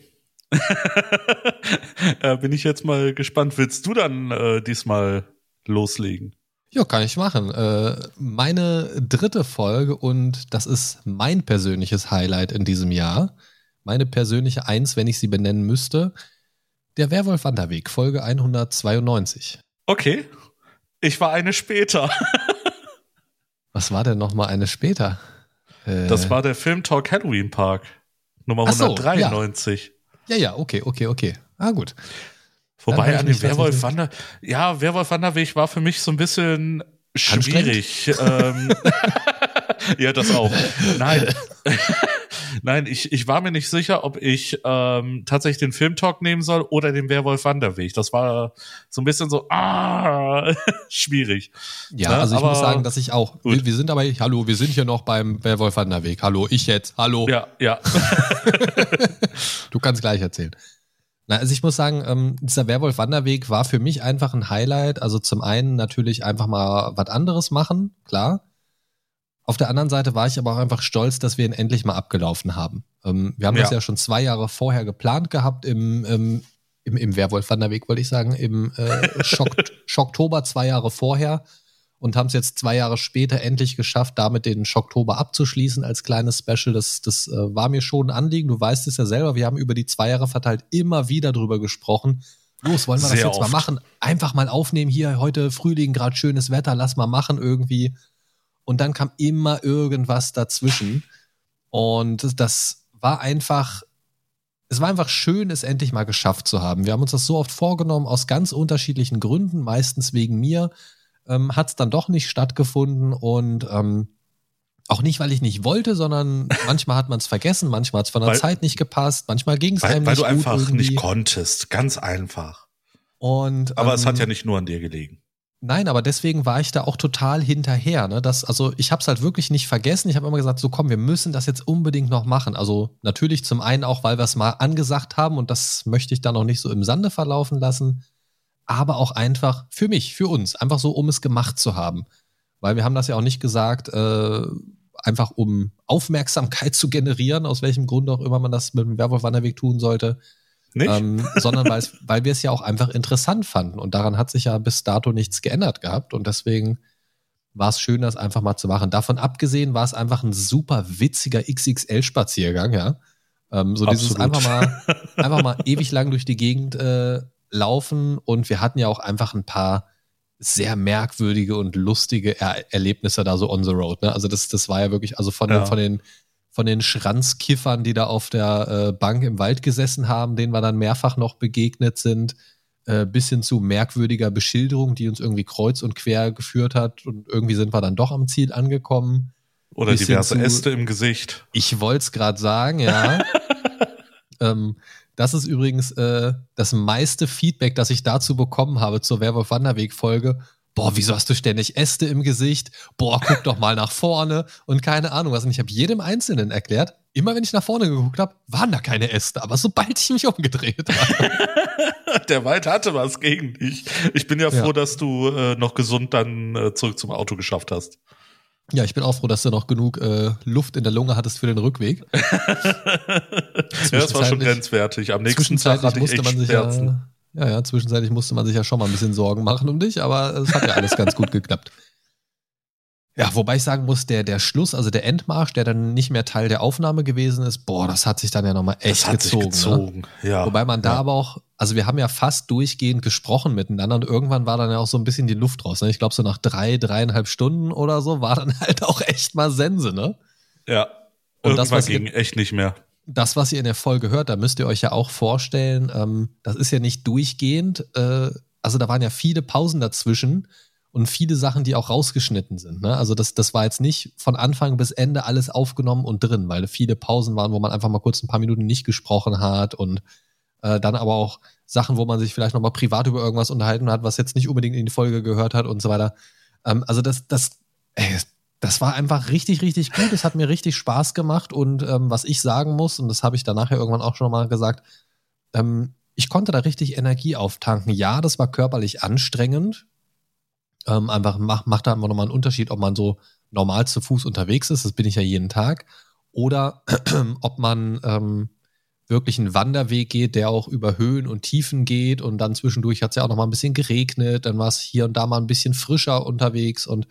[SPEAKER 3] äh, bin ich jetzt mal gespannt. Willst du dann äh, diesmal loslegen?
[SPEAKER 2] Ja, kann ich machen. Äh, meine dritte Folge und das ist mein persönliches Highlight in diesem Jahr. Meine persönliche Eins, wenn ich sie benennen müsste. Der Werwolf-Wanderweg, Folge hundertzweiundneunzig.
[SPEAKER 3] Okay. Ich war eine später.
[SPEAKER 2] Was war denn noch mal eine später? Äh,
[SPEAKER 3] Das war der Film Talk Halloween Park. Nummer
[SPEAKER 2] Ach so,
[SPEAKER 3] hundertdreiundneunzig.
[SPEAKER 2] Ja, ja, okay, okay, okay. Ah, gut. Dann
[SPEAKER 3] Wobei
[SPEAKER 2] hab ich
[SPEAKER 3] an
[SPEAKER 2] mich
[SPEAKER 3] dem Werwolf
[SPEAKER 2] tatsächlich-
[SPEAKER 3] Wander, ja, Werwolf Wanderweg war für mich so ein bisschen schwierig. ähm, ja, das auch. Nein. Nein, ich, ich war mir nicht sicher, ob ich ähm, tatsächlich den Filmtalk nehmen soll oder den Werwolf Wanderweg. Das war so ein bisschen so, ah, schwierig.
[SPEAKER 2] Ja,
[SPEAKER 3] Ne,
[SPEAKER 2] also ich
[SPEAKER 3] aber
[SPEAKER 2] muss sagen, dass ich auch.
[SPEAKER 3] gut.
[SPEAKER 2] Wir, wir sind aber, hallo, wir sind hier noch beim Werwolf-Wanderweg. Hallo, ich jetzt. Hallo.
[SPEAKER 3] Ja, ja.
[SPEAKER 2] Du kannst gleich erzählen. Na, also ich muss sagen, ähm, dieser Werwolf-Wanderweg war für mich einfach ein Highlight. Also zum einen natürlich einfach mal was anderes machen, klar. Auf der anderen Seite war ich aber auch einfach stolz, dass wir ihn endlich mal abgelaufen haben. Ähm, wir haben
[SPEAKER 3] Ja.
[SPEAKER 2] das ja schon zwei Jahre vorher geplant gehabt im, ähm, im, im Werwolf-Wanderweg, wollte ich sagen, im äh, Schock, Schocktober zwei Jahre vorher und haben es jetzt zwei Jahre später endlich geschafft, damit den Schocktober abzuschließen als kleines Special. Das, das äh, war mir schon ein Anliegen. Du weißt es ja selber, wir haben über die zwei Jahre verteilt immer wieder drüber gesprochen. Los, wollen wir das
[SPEAKER 3] Sehr
[SPEAKER 2] jetzt mal
[SPEAKER 3] oft.
[SPEAKER 2] machen? Einfach mal aufnehmen. Hier, heute Frühling, gerade schönes Wetter, lass mal machen irgendwie. Und dann kam immer irgendwas dazwischen. Und das war einfach, es war einfach schön, es endlich mal geschafft zu haben. Wir haben uns das so oft vorgenommen, aus ganz unterschiedlichen Gründen, meistens wegen mir, ähm, hat es dann doch nicht stattgefunden und ähm, auch nicht, weil ich nicht wollte, sondern manchmal hat man es vergessen, manchmal hat es von der
[SPEAKER 3] Weil-
[SPEAKER 2] Zeit nicht gepasst, manchmal ging es
[SPEAKER 3] Weil,
[SPEAKER 2] einem
[SPEAKER 3] weil
[SPEAKER 2] nicht
[SPEAKER 3] du
[SPEAKER 2] gut
[SPEAKER 3] einfach
[SPEAKER 2] irgendwie.
[SPEAKER 3] nicht konntest. Ganz einfach.
[SPEAKER 2] Und,
[SPEAKER 3] Aber es
[SPEAKER 2] ähm,
[SPEAKER 3] hat ja nicht nur an dir gelegen.
[SPEAKER 2] Nein, aber deswegen war ich da auch total hinterher. Ne? Das, also ich habe es halt wirklich nicht vergessen. Ich habe immer gesagt, so komm, wir müssen das jetzt unbedingt noch machen. Also natürlich zum einen auch, weil wir es mal angesagt haben und das möchte ich dann auch nicht so im Sande verlaufen lassen. aber auch einfach für mich, für uns, einfach so, um es gemacht zu haben. Weil wir haben das ja auch nicht gesagt, äh, einfach um Aufmerksamkeit zu generieren, aus welchem Grund auch immer man das mit dem Werwolf-Wanderweg tun sollte.
[SPEAKER 3] Nicht?
[SPEAKER 2] Ähm, sondern weil, es, weil wir es ja auch einfach interessant fanden. Und daran hat sich ja bis dato nichts geändert gehabt. Und deswegen war es schön, das einfach mal zu machen. Davon abgesehen war es einfach ein super witziger X X L-Spaziergang, ja. Ähm, so dieses
[SPEAKER 3] Absolut.
[SPEAKER 2] einfach mal, einfach mal ewig lang durch die Gegend äh, laufen. Und wir hatten ja auch einfach ein paar sehr merkwürdige und lustige er- Erlebnisse da so on the road. Ne? Also das, das war ja wirklich, also von,
[SPEAKER 3] Ja.
[SPEAKER 2] den, von den von den Schranzkiffern, die da auf der äh, Bank im Wald gesessen haben, denen wir dann mehrfach noch begegnet sind, äh, bis hin zu merkwürdiger Beschilderung, die uns irgendwie kreuz und quer geführt hat und irgendwie sind wir dann doch am Ziel angekommen.
[SPEAKER 3] Oder
[SPEAKER 2] Bis hin
[SPEAKER 3] diverse
[SPEAKER 2] zu-
[SPEAKER 3] Äste im Gesicht.
[SPEAKER 2] Ich wollte es gerade sagen, ja. ähm, das ist übrigens äh, das meiste Feedback, das ich dazu bekommen habe zur Werwolf-Wanderweg-Folge. Boah, wieso hast du ständig Äste im Gesicht? Boah, guck doch mal nach vorne und keine Ahnung was. Und ich habe jedem Einzelnen erklärt, immer wenn ich nach vorne geguckt habe, waren da keine Äste. Aber sobald ich mich umgedreht habe.
[SPEAKER 3] Der Wald hatte was gegen dich. Ich bin ja froh,
[SPEAKER 2] Ja.
[SPEAKER 3] dass du äh, noch gesund dann äh, zurück zum Auto geschafft hast.
[SPEAKER 2] Ja, ich bin auch froh, dass du noch genug äh, Luft in der Lunge hattest für den Rückweg.
[SPEAKER 3] Ja, das war schon
[SPEAKER 2] Zwischenzeitlich-
[SPEAKER 3] grenzwertig. Am nächsten Tag
[SPEAKER 2] Zwischenzeitlich
[SPEAKER 3] hatte ich
[SPEAKER 2] musste
[SPEAKER 3] echt
[SPEAKER 2] man sich
[SPEAKER 3] Schmerzen.
[SPEAKER 2] ja, ja, ja, zwischenzeitlich musste man sich ja schon mal ein bisschen Sorgen machen um dich, aber es hat ja alles ganz gut geklappt. Ja, wobei ich sagen muss, der, der Schluss, also der Endmarsch, der dann nicht mehr Teil der Aufnahme gewesen ist, boah, das hat sich dann ja nochmal echt
[SPEAKER 3] das hat
[SPEAKER 2] gezogen.
[SPEAKER 3] sich
[SPEAKER 2] Ne?
[SPEAKER 3] gezogen. Ja.
[SPEAKER 2] Wobei man da
[SPEAKER 3] ja.
[SPEAKER 2] aber auch, also wir haben ja fast durchgehend gesprochen miteinander und irgendwann war dann ja auch so ein bisschen die Luft raus. Ne? Ich glaube, so nach drei, dreieinhalb Stunden oder so war dann halt auch echt mal Sense, ne?
[SPEAKER 3] Ja.
[SPEAKER 2] Und
[SPEAKER 3] Irgendwann
[SPEAKER 2] das, was
[SPEAKER 3] ging
[SPEAKER 2] ihr-
[SPEAKER 3] echt nicht mehr.
[SPEAKER 2] Das, was ihr in der Folge hört, da müsst ihr euch ja auch vorstellen, ähm, das ist ja nicht durchgehend, äh, also da waren ja viele Pausen dazwischen und viele Sachen, die auch rausgeschnitten sind. Ne? Also das, das war jetzt nicht von Anfang bis Ende alles aufgenommen und drin, weil viele Pausen waren, wo man einfach mal kurz ein paar Minuten nicht gesprochen hat und äh, dann aber auch Sachen, wo man sich vielleicht nochmal privat über irgendwas unterhalten hat, was jetzt nicht unbedingt in die Folge gehört hat und so weiter. Ähm, also das, das, ey, das war einfach richtig, richtig gut. Es hat mir richtig Spaß gemacht und ähm, was ich sagen muss, und das habe ich danach ja irgendwann auch schon mal gesagt, ähm, ich konnte da richtig Energie auftanken. Ja, das war körperlich anstrengend. Ähm, einfach macht, macht da immer nochmal einen Unterschied, ob man so normal zu Fuß unterwegs ist, das bin ich ja jeden Tag, oder ob man ähm, wirklich einen Wanderweg geht, der auch über Höhen und Tiefen geht und dann zwischendurch hat es ja auch noch mal ein bisschen geregnet, dann war es hier und da mal ein bisschen frischer unterwegs und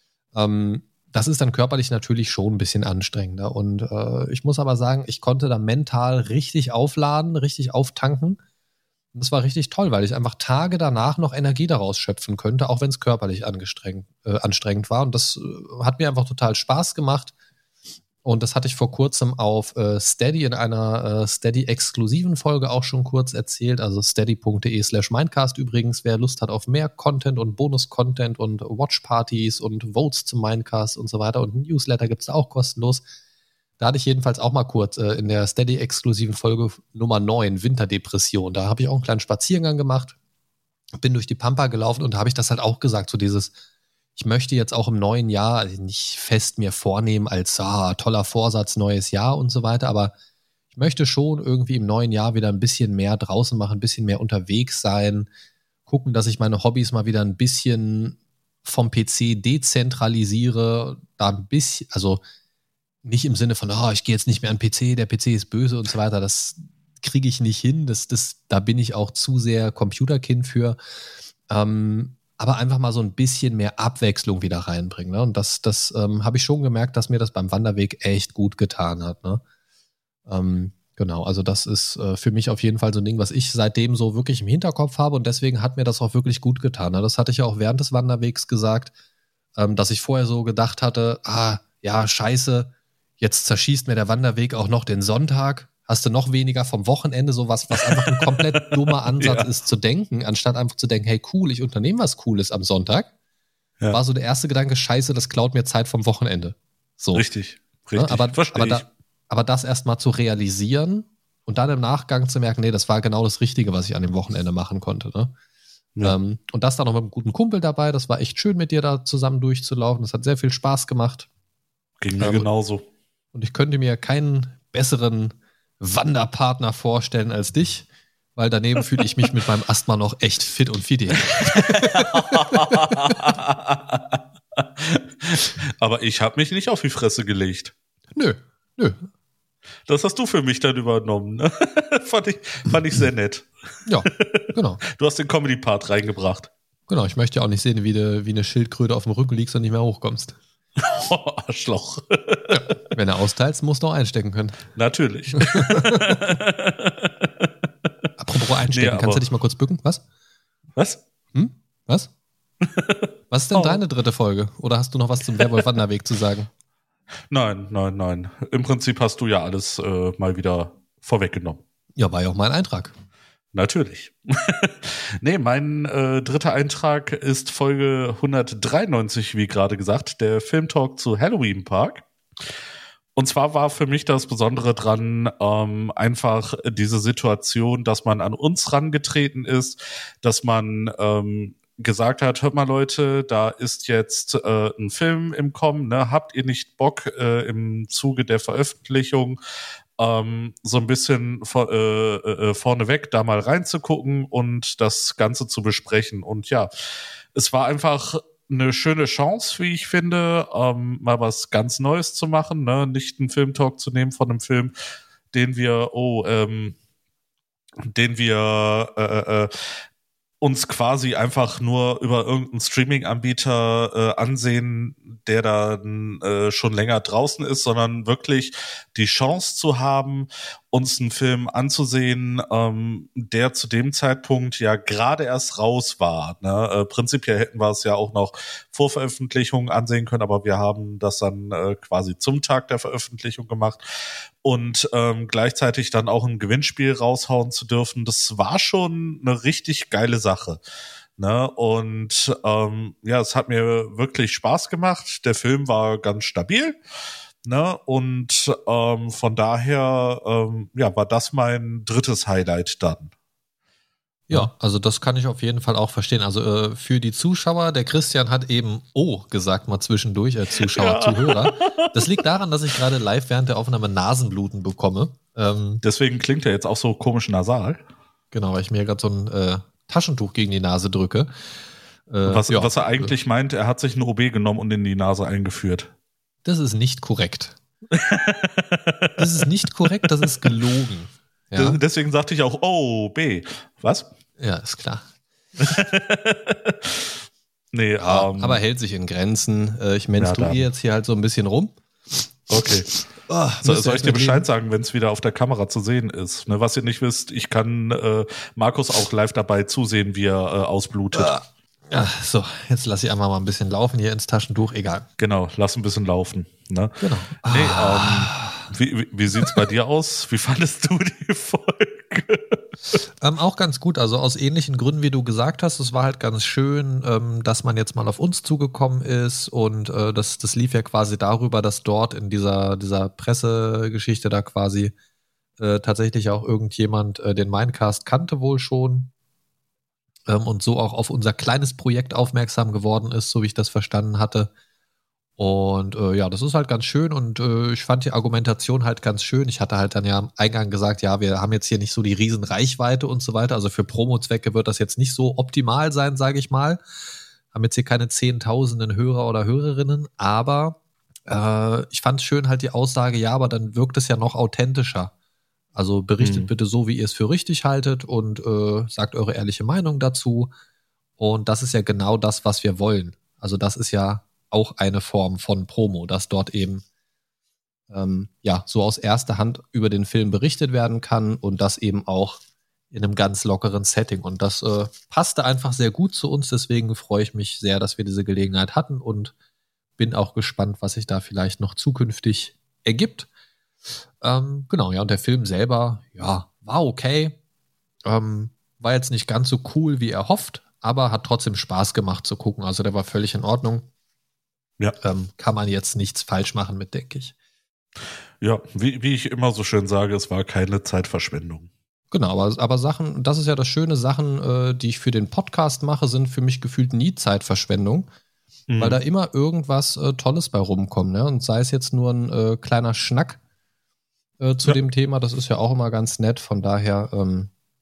[SPEAKER 2] ähm, das ist dann körperlich natürlich schon ein bisschen anstrengender und äh, ich muss aber sagen, ich konnte da mental richtig aufladen, richtig auftanken und das war richtig toll, weil ich einfach Tage danach noch Energie daraus schöpfen könnte, auch wenn es körperlich angestrengt, äh, anstrengend war und das äh, hat mir einfach total Spaß gemacht. Und das hatte ich vor kurzem auf äh, Steady in einer äh, Steady-exklusiven Folge auch schon kurz erzählt. Also steady.de slash Mindcast übrigens. Wer Lust hat auf mehr Content und Bonus-Content und Watchpartys und Votes zum Mindcast und so weiter. Und ein Newsletter gibt's da auch kostenlos. Da hatte ich jedenfalls auch mal kurz äh, in der Steady-exklusiven Folge Nummer neun, Winterdepression. Da habe ich auch einen kleinen Spaziergang gemacht, bin durch die Pampa gelaufen und da habe ich das halt auch gesagt, so dieses ich möchte jetzt auch im neuen Jahr also nicht fest mir vornehmen als ah, toller Vorsatz, neues Jahr und so weiter, aber ich möchte schon irgendwie im neuen Jahr wieder ein bisschen mehr draußen machen, ein bisschen mehr unterwegs sein, gucken, dass ich meine Hobbys mal wieder ein bisschen vom P C dezentralisiere, da ein bisschen, also nicht im Sinne von, oh, ich gehe jetzt nicht mehr an den P C, der P C ist böse und so weiter, das kriege ich nicht hin, das, das, da bin ich auch zu sehr Computerkind für, ähm, aber einfach mal so ein bisschen mehr Abwechslung wieder reinbringen. Ne? Und das, das ähm, habe ich schon gemerkt, dass mir das beim Wanderweg echt gut getan hat. Ne? Ähm, genau, also das ist äh, für mich auf jeden Fall so ein Ding, was ich seitdem so wirklich im Hinterkopf habe und deswegen hat mir das auch wirklich gut getan. Ne? Das hatte ich ja auch während des Wanderwegs gesagt, ähm, dass ich vorher so gedacht hatte, ah, ja, scheiße, jetzt zerschießt mir der Wanderweg auch noch den Sonntag. Hast du noch weniger vom Wochenende, sowas, was einfach ein komplett dummer Ansatz
[SPEAKER 3] Ja.
[SPEAKER 2] ist zu denken, anstatt einfach zu denken, hey cool, ich unternehme was Cooles am Sonntag,
[SPEAKER 3] Ja.
[SPEAKER 2] war so der erste Gedanke, scheiße, das klaut mir Zeit vom Wochenende. So.
[SPEAKER 3] Richtig,
[SPEAKER 2] Ne?
[SPEAKER 3] richtig.
[SPEAKER 2] Aber,
[SPEAKER 3] Verstehe
[SPEAKER 2] aber,
[SPEAKER 3] ich.
[SPEAKER 2] da, aber das erstmal zu realisieren und dann im Nachgang zu merken, nee, das war genau das Richtige, was ich an dem Wochenende machen konnte. Ne?
[SPEAKER 3] Ja.
[SPEAKER 2] Ähm, und das dann noch mit einem guten Kumpel dabei, das war echt schön, mit dir da zusammen durchzulaufen, das hat sehr viel Spaß gemacht.
[SPEAKER 3] Ging mir
[SPEAKER 2] ähm,
[SPEAKER 3] genauso.
[SPEAKER 2] Und ich könnte mir keinen besseren Wanderpartner vorstellen als dich, weil daneben fühle ich mich mit meinem Asthma noch echt fit und fidel.
[SPEAKER 3] Aber ich habe mich nicht auf die Fresse gelegt.
[SPEAKER 2] Nö, nö.
[SPEAKER 3] Das hast du für mich dann übernommen. Ne? fand, ich, fand ich sehr nett.
[SPEAKER 2] Ja, genau.
[SPEAKER 3] Du hast den Comedy-Part reingebracht.
[SPEAKER 2] Genau, ich möchte ja auch nicht sehen, wie, de, wie eine Schildkröte auf dem Rücken liegst und nicht mehr hochkommst.
[SPEAKER 3] Oh, Arschloch.
[SPEAKER 2] Ja, wenn du austeilst, musst du auch einstecken können.
[SPEAKER 3] Natürlich.
[SPEAKER 2] Apropos einstecken,
[SPEAKER 3] Nee,
[SPEAKER 2] kannst du dich mal kurz bücken? Was?
[SPEAKER 3] Was?
[SPEAKER 2] Hm? Was? Was ist denn
[SPEAKER 3] Oh.
[SPEAKER 2] deine dritte Folge? Oder hast du noch was zum Werwolf-Wanderweg zu sagen?
[SPEAKER 3] Nein, nein, nein. Im Prinzip hast du ja alles äh, mal wieder vorweggenommen.
[SPEAKER 2] Ja, war ja auch mein Eintrag.
[SPEAKER 3] Natürlich. Nee, mein äh, dritter Eintrag ist Folge hundertdreiundneunzig, wie gerade gesagt, der Filmtalk zu Halloween Park. Und zwar war für mich das Besondere dran, ähm, einfach diese Situation, dass man an uns rangetreten ist, dass man ähm, gesagt hat, hört mal Leute, da ist jetzt äh, ein Film im Kommen, ne? Habt ihr nicht Bock äh, im Zuge der Veröffentlichung ähm, so ein bisschen vor, äh, äh, vorneweg da mal reinzugucken und das Ganze zu besprechen. Und ja, es war einfach eine schöne Chance, wie ich finde, ähm, mal was ganz Neues zu machen, ne? Nicht einen Filmtalk zu nehmen von einem Film, den wir, oh, ähm, den wir äh, äh, uns quasi einfach nur über irgendeinen Streaming-Anbieter äh, ansehen, der dann äh, schon länger draußen ist, sondern wirklich die Chance zu haben, uns einen Film anzusehen, ähm, der zu dem Zeitpunkt ja gerade erst raus war. Ne? Äh, prinzipiell hätten wir es ja auch noch vor Veröffentlichung ansehen können, aber wir haben das dann äh, quasi zum Tag der Veröffentlichung gemacht. Und ähm, gleichzeitig dann auch ein Gewinnspiel raushauen zu dürfen, das war schon eine richtig geile Sache. Ne? Und ähm, ja, es hat mir wirklich Spaß gemacht. Der Film war ganz stabil. Ne? Und ähm, von daher ähm, ja, war das mein drittes Highlight dann.
[SPEAKER 2] Ja, also das kann ich auf jeden Fall auch verstehen. Also äh, für die Zuschauer, der Christian hat eben Oh gesagt mal zwischendurch, äh, Zuschauer,
[SPEAKER 3] Ja.
[SPEAKER 2] Zuhörer. Das liegt daran, dass ich gerade live während der Aufnahme Nasenbluten bekomme. Ähm,
[SPEAKER 3] Deswegen klingt er jetzt auch so komisch nasal.
[SPEAKER 2] genau, weil ich mir gerade so ein äh, Taschentuch gegen die Nase drücke. Äh,
[SPEAKER 3] Was,
[SPEAKER 2] ja,
[SPEAKER 3] was er eigentlich meint, er hat sich ein O B genommen und in die Nase eingeführt.
[SPEAKER 2] Das ist nicht korrekt. Das ist nicht korrekt, das ist gelogen. Ja,
[SPEAKER 3] D- Deswegen sagte ich auch O B. Was?
[SPEAKER 2] ja ist klar.
[SPEAKER 3] Nee,
[SPEAKER 2] Ja,
[SPEAKER 3] ähm,
[SPEAKER 2] aber hält sich in Grenzen. Äh, ich menstruiere
[SPEAKER 3] Ja, dann.
[SPEAKER 2] jetzt hier halt so ein bisschen rum.
[SPEAKER 3] okay.
[SPEAKER 2] Oh,
[SPEAKER 3] So, soll ich dir Bescheid sagen, wenn es wieder auf der Kamera zu sehen ist? Ne, was ihr nicht wisst, ich kann äh, Markus auch live dabei zusehen, wie er äh, ausblutet.
[SPEAKER 2] Ah, so, jetzt lasse ich einfach mal ein bisschen laufen hier ins Taschentuch. Egal.
[SPEAKER 3] Genau, lass ein bisschen laufen. Ne?
[SPEAKER 2] Genau.
[SPEAKER 3] Nee, ähm, wie, wie, wie sieht's bei dir aus? Wie fandest du die Folge?
[SPEAKER 2] Ähm, auch ganz gut, also aus ähnlichen Gründen, wie du gesagt hast. Es war halt ganz schön, ähm, dass man jetzt mal auf uns zugekommen ist und äh, das, das lief ja quasi darüber, dass dort in dieser, dieser Pressegeschichte da quasi äh, tatsächlich auch irgendjemand äh, den Mindcast kannte wohl schon ähm, und so auch auf unser kleines Projekt aufmerksam geworden ist, so wie ich das verstanden hatte. Und äh, ja, das ist halt ganz schön und äh, ich fand die Argumentation halt ganz schön. Ich hatte halt dann ja am Eingang gesagt, ja, wir haben jetzt hier nicht so die riesen Reichweite und so weiter. Also für Promo-Zwecke wird das jetzt nicht so optimal sein, sage ich mal. Haben jetzt hier keine zehntausenden Hörer oder Hörerinnen, aber äh, ich fand es schön halt die Aussage, ja, aber dann wirkt es ja noch authentischer. Also berichtet
[SPEAKER 3] Hm.
[SPEAKER 2] bitte so, wie ihr es für richtig haltet und äh, sagt eure ehrliche Meinung dazu. Und das ist ja genau das, was wir wollen. Also das ist ja auch eine Form von Promo, dass dort eben ähm, ja so aus erster Hand über den Film berichtet werden kann und das eben auch in einem ganz lockeren Setting. Und das äh, passte einfach sehr gut zu uns, deswegen freue ich mich sehr, dass wir diese Gelegenheit hatten und bin auch gespannt, was sich da vielleicht noch zukünftig ergibt. Ähm, genau, ja, und der Film selber, ja, war okay. Ähm, war jetzt nicht ganz so cool, wie erhofft, aber hat trotzdem Spaß gemacht zu gucken. Also der war völlig in Ordnung.
[SPEAKER 3] Ja.
[SPEAKER 2] Ähm, kann man jetzt nichts falsch machen mit, denke ich.
[SPEAKER 3] Ja, wie, wie ich immer so schön sage, es war keine Zeitverschwendung.
[SPEAKER 2] Genau, aber, aber Sachen, das ist ja das Schöne, Sachen, äh, die ich für den Podcast mache, sind für mich gefühlt nie Zeitverschwendung,
[SPEAKER 3] Mhm.
[SPEAKER 2] weil da immer irgendwas äh, Tolles bei rumkommt. Ne? Und sei es jetzt nur ein äh, kleiner Schnack äh, zu
[SPEAKER 3] Ja.
[SPEAKER 2] dem Thema, das ist ja auch immer ganz nett. Von daher, ähm,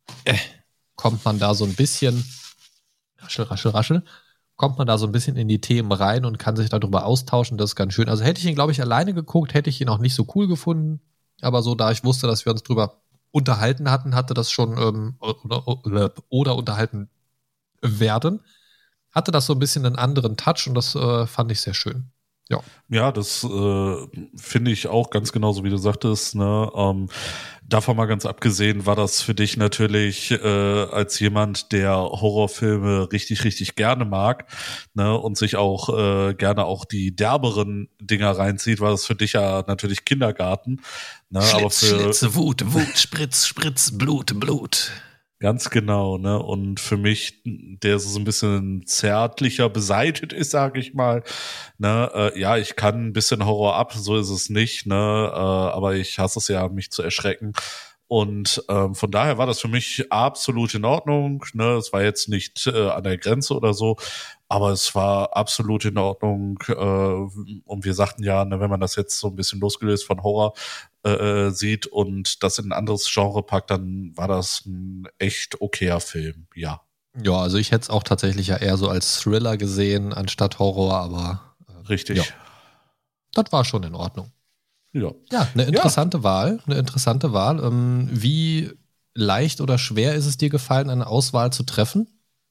[SPEAKER 2] äh, kommt man da so ein bisschen, raschel, raschel, raschel, kommt man da so ein bisschen in die Themen rein und kann sich darüber austauschen. Das ist ganz schön. Also hätte ich ihn, glaube ich, alleine geguckt, hätte ich ihn auch nicht so cool gefunden. Aber so, da ich wusste, dass wir uns drüber unterhalten hatten, hatte das schon ähm, oder, oder, oder unterhalten werden, hatte das so ein bisschen einen anderen Touch und das äh, fand ich sehr schön. Ja,
[SPEAKER 3] ja, das äh, finde ich auch ganz genauso, wie du sagtest. Ne? Ähm, davon mal ganz abgesehen, war das für dich natürlich äh, als jemand, der Horrorfilme richtig, richtig gerne mag, ne? Und sich auch äh, gerne auch die derberen Dinger reinzieht, war das für dich ja natürlich Kindergarten. Ne?
[SPEAKER 2] Schlitz,
[SPEAKER 3] Aber für,
[SPEAKER 2] Schlitze, Wut, Wut, Spritz, Spritz, Blut, Blut.
[SPEAKER 3] Ganz genau, ne? Und für mich, der so ein bisschen zärtlicher beseitigt ist, sage ich mal, ne, äh, ja, ich kann ein bisschen Horror ab, so ist es nicht, ne, äh, aber ich hasse es ja, mich zu erschrecken. Und ähm, von daher war das für mich absolut in Ordnung, ne? Es war jetzt nicht äh, an der Grenze oder so, aber es war absolut in Ordnung. Äh, und wir sagten ja, ne, wenn man das jetzt so ein bisschen losgelöst von Horror äh, sieht und das in ein anderes Genre packt, dann war das ein echt okayer Film, ja.
[SPEAKER 2] Ja, also ich hätte es auch tatsächlich ja eher so als Thriller gesehen, anstatt Horror, aber äh,
[SPEAKER 3] Richtig.
[SPEAKER 2] Ja. Das war schon in Ordnung.
[SPEAKER 3] Ja,
[SPEAKER 2] ja eine interessante ja. Wahl, eine interessante Wahl. Ähm, wie leicht oder schwer ist es dir gefallen, eine Auswahl zu treffen?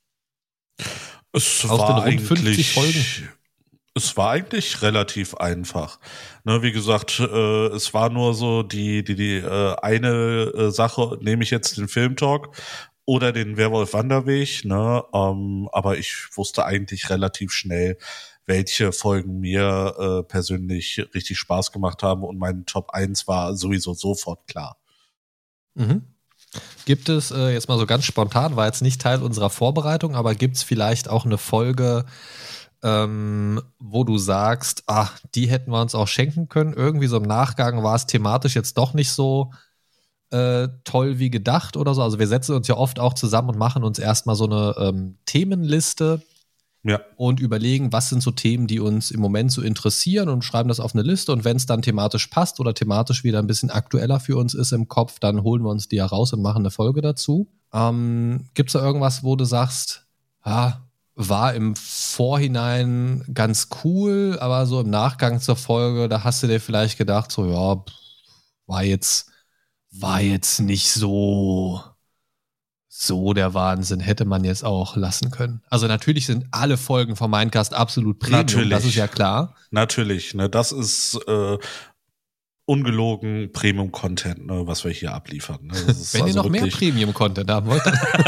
[SPEAKER 3] Es
[SPEAKER 2] Aus
[SPEAKER 3] war
[SPEAKER 2] den rund
[SPEAKER 3] eigentlich,
[SPEAKER 2] fünfzig Folgen?
[SPEAKER 3] Es war eigentlich relativ einfach. Ne, wie gesagt, äh, es war nur so die die die äh, eine äh, Sache, nehme ich jetzt den Filmtalk oder den Werwolf Wanderweg, ne? Ähm, aber ich wusste eigentlich relativ schnell, welche Folgen mir äh, persönlich richtig Spaß gemacht haben und mein Top eins war sowieso sofort klar.
[SPEAKER 2] Mhm. Gibt es, äh, jetzt mal so ganz spontan, war jetzt nicht Teil unserer Vorbereitung, aber gibt es vielleicht auch eine Folge, ähm, wo du sagst, ach, die hätten wir uns auch schenken können? Irgendwie so im Nachgang war es thematisch jetzt doch nicht so äh, toll wie gedacht oder so. Also wir setzen uns ja oft auch zusammen und machen uns erstmal so eine ähm, Themenliste. Ja. Und überlegen, was sind so Themen, die uns im Moment so interessieren und schreiben das auf eine Liste und wenn es dann thematisch passt oder thematisch wieder ein bisschen aktueller für uns ist im Kopf, dann holen wir uns die ja raus und machen eine Folge dazu. Ähm, gibt's da irgendwas, wo du sagst, ah, war im Vorhinein ganz cool, aber so im Nachgang zur Folge, da hast du dir vielleicht gedacht, so ja, war jetzt, war jetzt nicht so... So der Wahnsinn, hätte man jetzt auch lassen können. Also natürlich sind alle Folgen vom Mindcast absolut Premium, natürlich. Das ist ja klar.
[SPEAKER 3] Natürlich, ne, das ist äh, ungelogen Premium-Content, ne, was wir hier abliefern. Ne? Das ist
[SPEAKER 2] Wenn
[SPEAKER 3] also
[SPEAKER 2] ihr noch mehr Premium-Content haben wollt,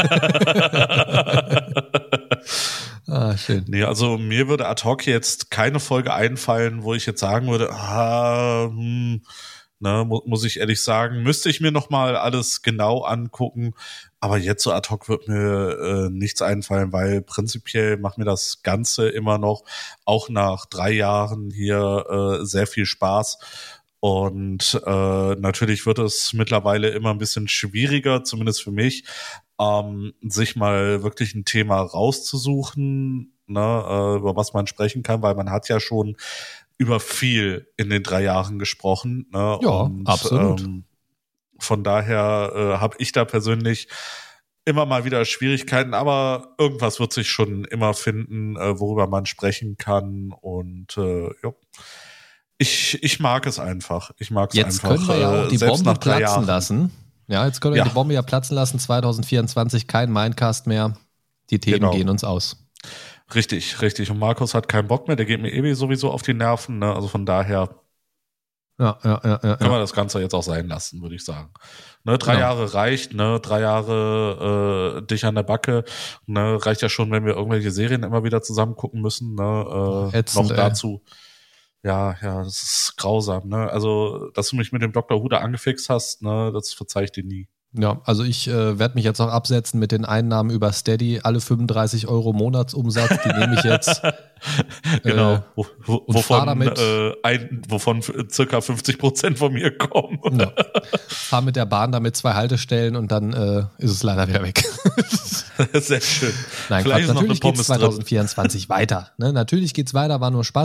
[SPEAKER 2] dann ah, schön.
[SPEAKER 3] Nee, also mir würde ad hoc jetzt keine Folge einfallen, wo ich jetzt sagen würde, ah, hm, ne, mu- muss ich ehrlich sagen, müsste ich mir noch mal alles genau angucken. Aber jetzt so ad hoc wird mir äh, nichts einfallen, weil prinzipiell macht mir das Ganze immer noch, auch nach drei Jahren hier, äh, sehr viel Spaß. Und äh, natürlich wird es mittlerweile immer ein bisschen schwieriger, zumindest für mich, ähm, sich mal wirklich ein Thema rauszusuchen, ne, äh, über was man sprechen kann, weil man hat ja schon über viel in den drei Jahren gesprochen. Ne,
[SPEAKER 2] ja,
[SPEAKER 3] und,
[SPEAKER 2] absolut.
[SPEAKER 3] Ähm, Von daher äh, habe ich da persönlich immer mal wieder Schwierigkeiten, aber irgendwas wird sich schon immer finden, äh, worüber man sprechen kann. Und äh, ja, ich, ich mag es einfach. Ich mag es einfach.
[SPEAKER 2] Jetzt können wir ja auch die
[SPEAKER 3] äh,
[SPEAKER 2] Bombe platzen
[SPEAKER 3] Jahren.
[SPEAKER 2] lassen. Ja, jetzt können wir
[SPEAKER 3] Ja.
[SPEAKER 2] die Bombe ja platzen lassen. zwanzig vierundzwanzig kein Mindcast mehr. Die Themen
[SPEAKER 3] Genau.
[SPEAKER 2] gehen uns aus.
[SPEAKER 3] Richtig, richtig. Und Markus hat keinen Bock mehr. Der geht mir eh sowieso auf die Nerven. Ne? Also von daher
[SPEAKER 2] Ja, ja, ja, ja.
[SPEAKER 3] können
[SPEAKER 2] ja.
[SPEAKER 3] wir das Ganze jetzt auch sein lassen, würde ich sagen. Ne, drei
[SPEAKER 2] Genau.
[SPEAKER 3] Jahre reicht, ne, drei Jahre äh, dich an der Backe, ne, reicht ja schon, wenn wir irgendwelche Serien immer wieder zusammen gucken müssen, ne, äh,
[SPEAKER 2] Ätzend,
[SPEAKER 3] noch dazu. Ja, ja, das ist grausam, ne, also, dass du mich mit dem Doktor Who da angefixt hast, ne, das verzeih ich dir nie.
[SPEAKER 2] Ja, also ich äh, werde mich jetzt auch absetzen mit den Einnahmen über Steady. Alle fünfunddreißig Euro Monatsumsatz, die nehme ich jetzt.
[SPEAKER 3] Genau,
[SPEAKER 2] Äh,
[SPEAKER 3] wo, wo,
[SPEAKER 2] und fahr
[SPEAKER 3] wovon,
[SPEAKER 2] damit-
[SPEAKER 3] äh, ein, wovon circa fünfzig Prozent von mir kommen.
[SPEAKER 2] Ja. Fahr mit der Bahn damit zwei Haltestellen und dann äh, ist es leider wieder weg.
[SPEAKER 3] Sehr schön.
[SPEAKER 2] Nein,
[SPEAKER 3] Vielleicht
[SPEAKER 2] Quatsch,
[SPEAKER 3] ist noch
[SPEAKER 2] natürlich
[SPEAKER 3] eine
[SPEAKER 2] geht es
[SPEAKER 3] Pommes drin.
[SPEAKER 2] zwanzig vierundzwanzig weiter. Ne? Natürlich geht's weiter, war nur Spaß.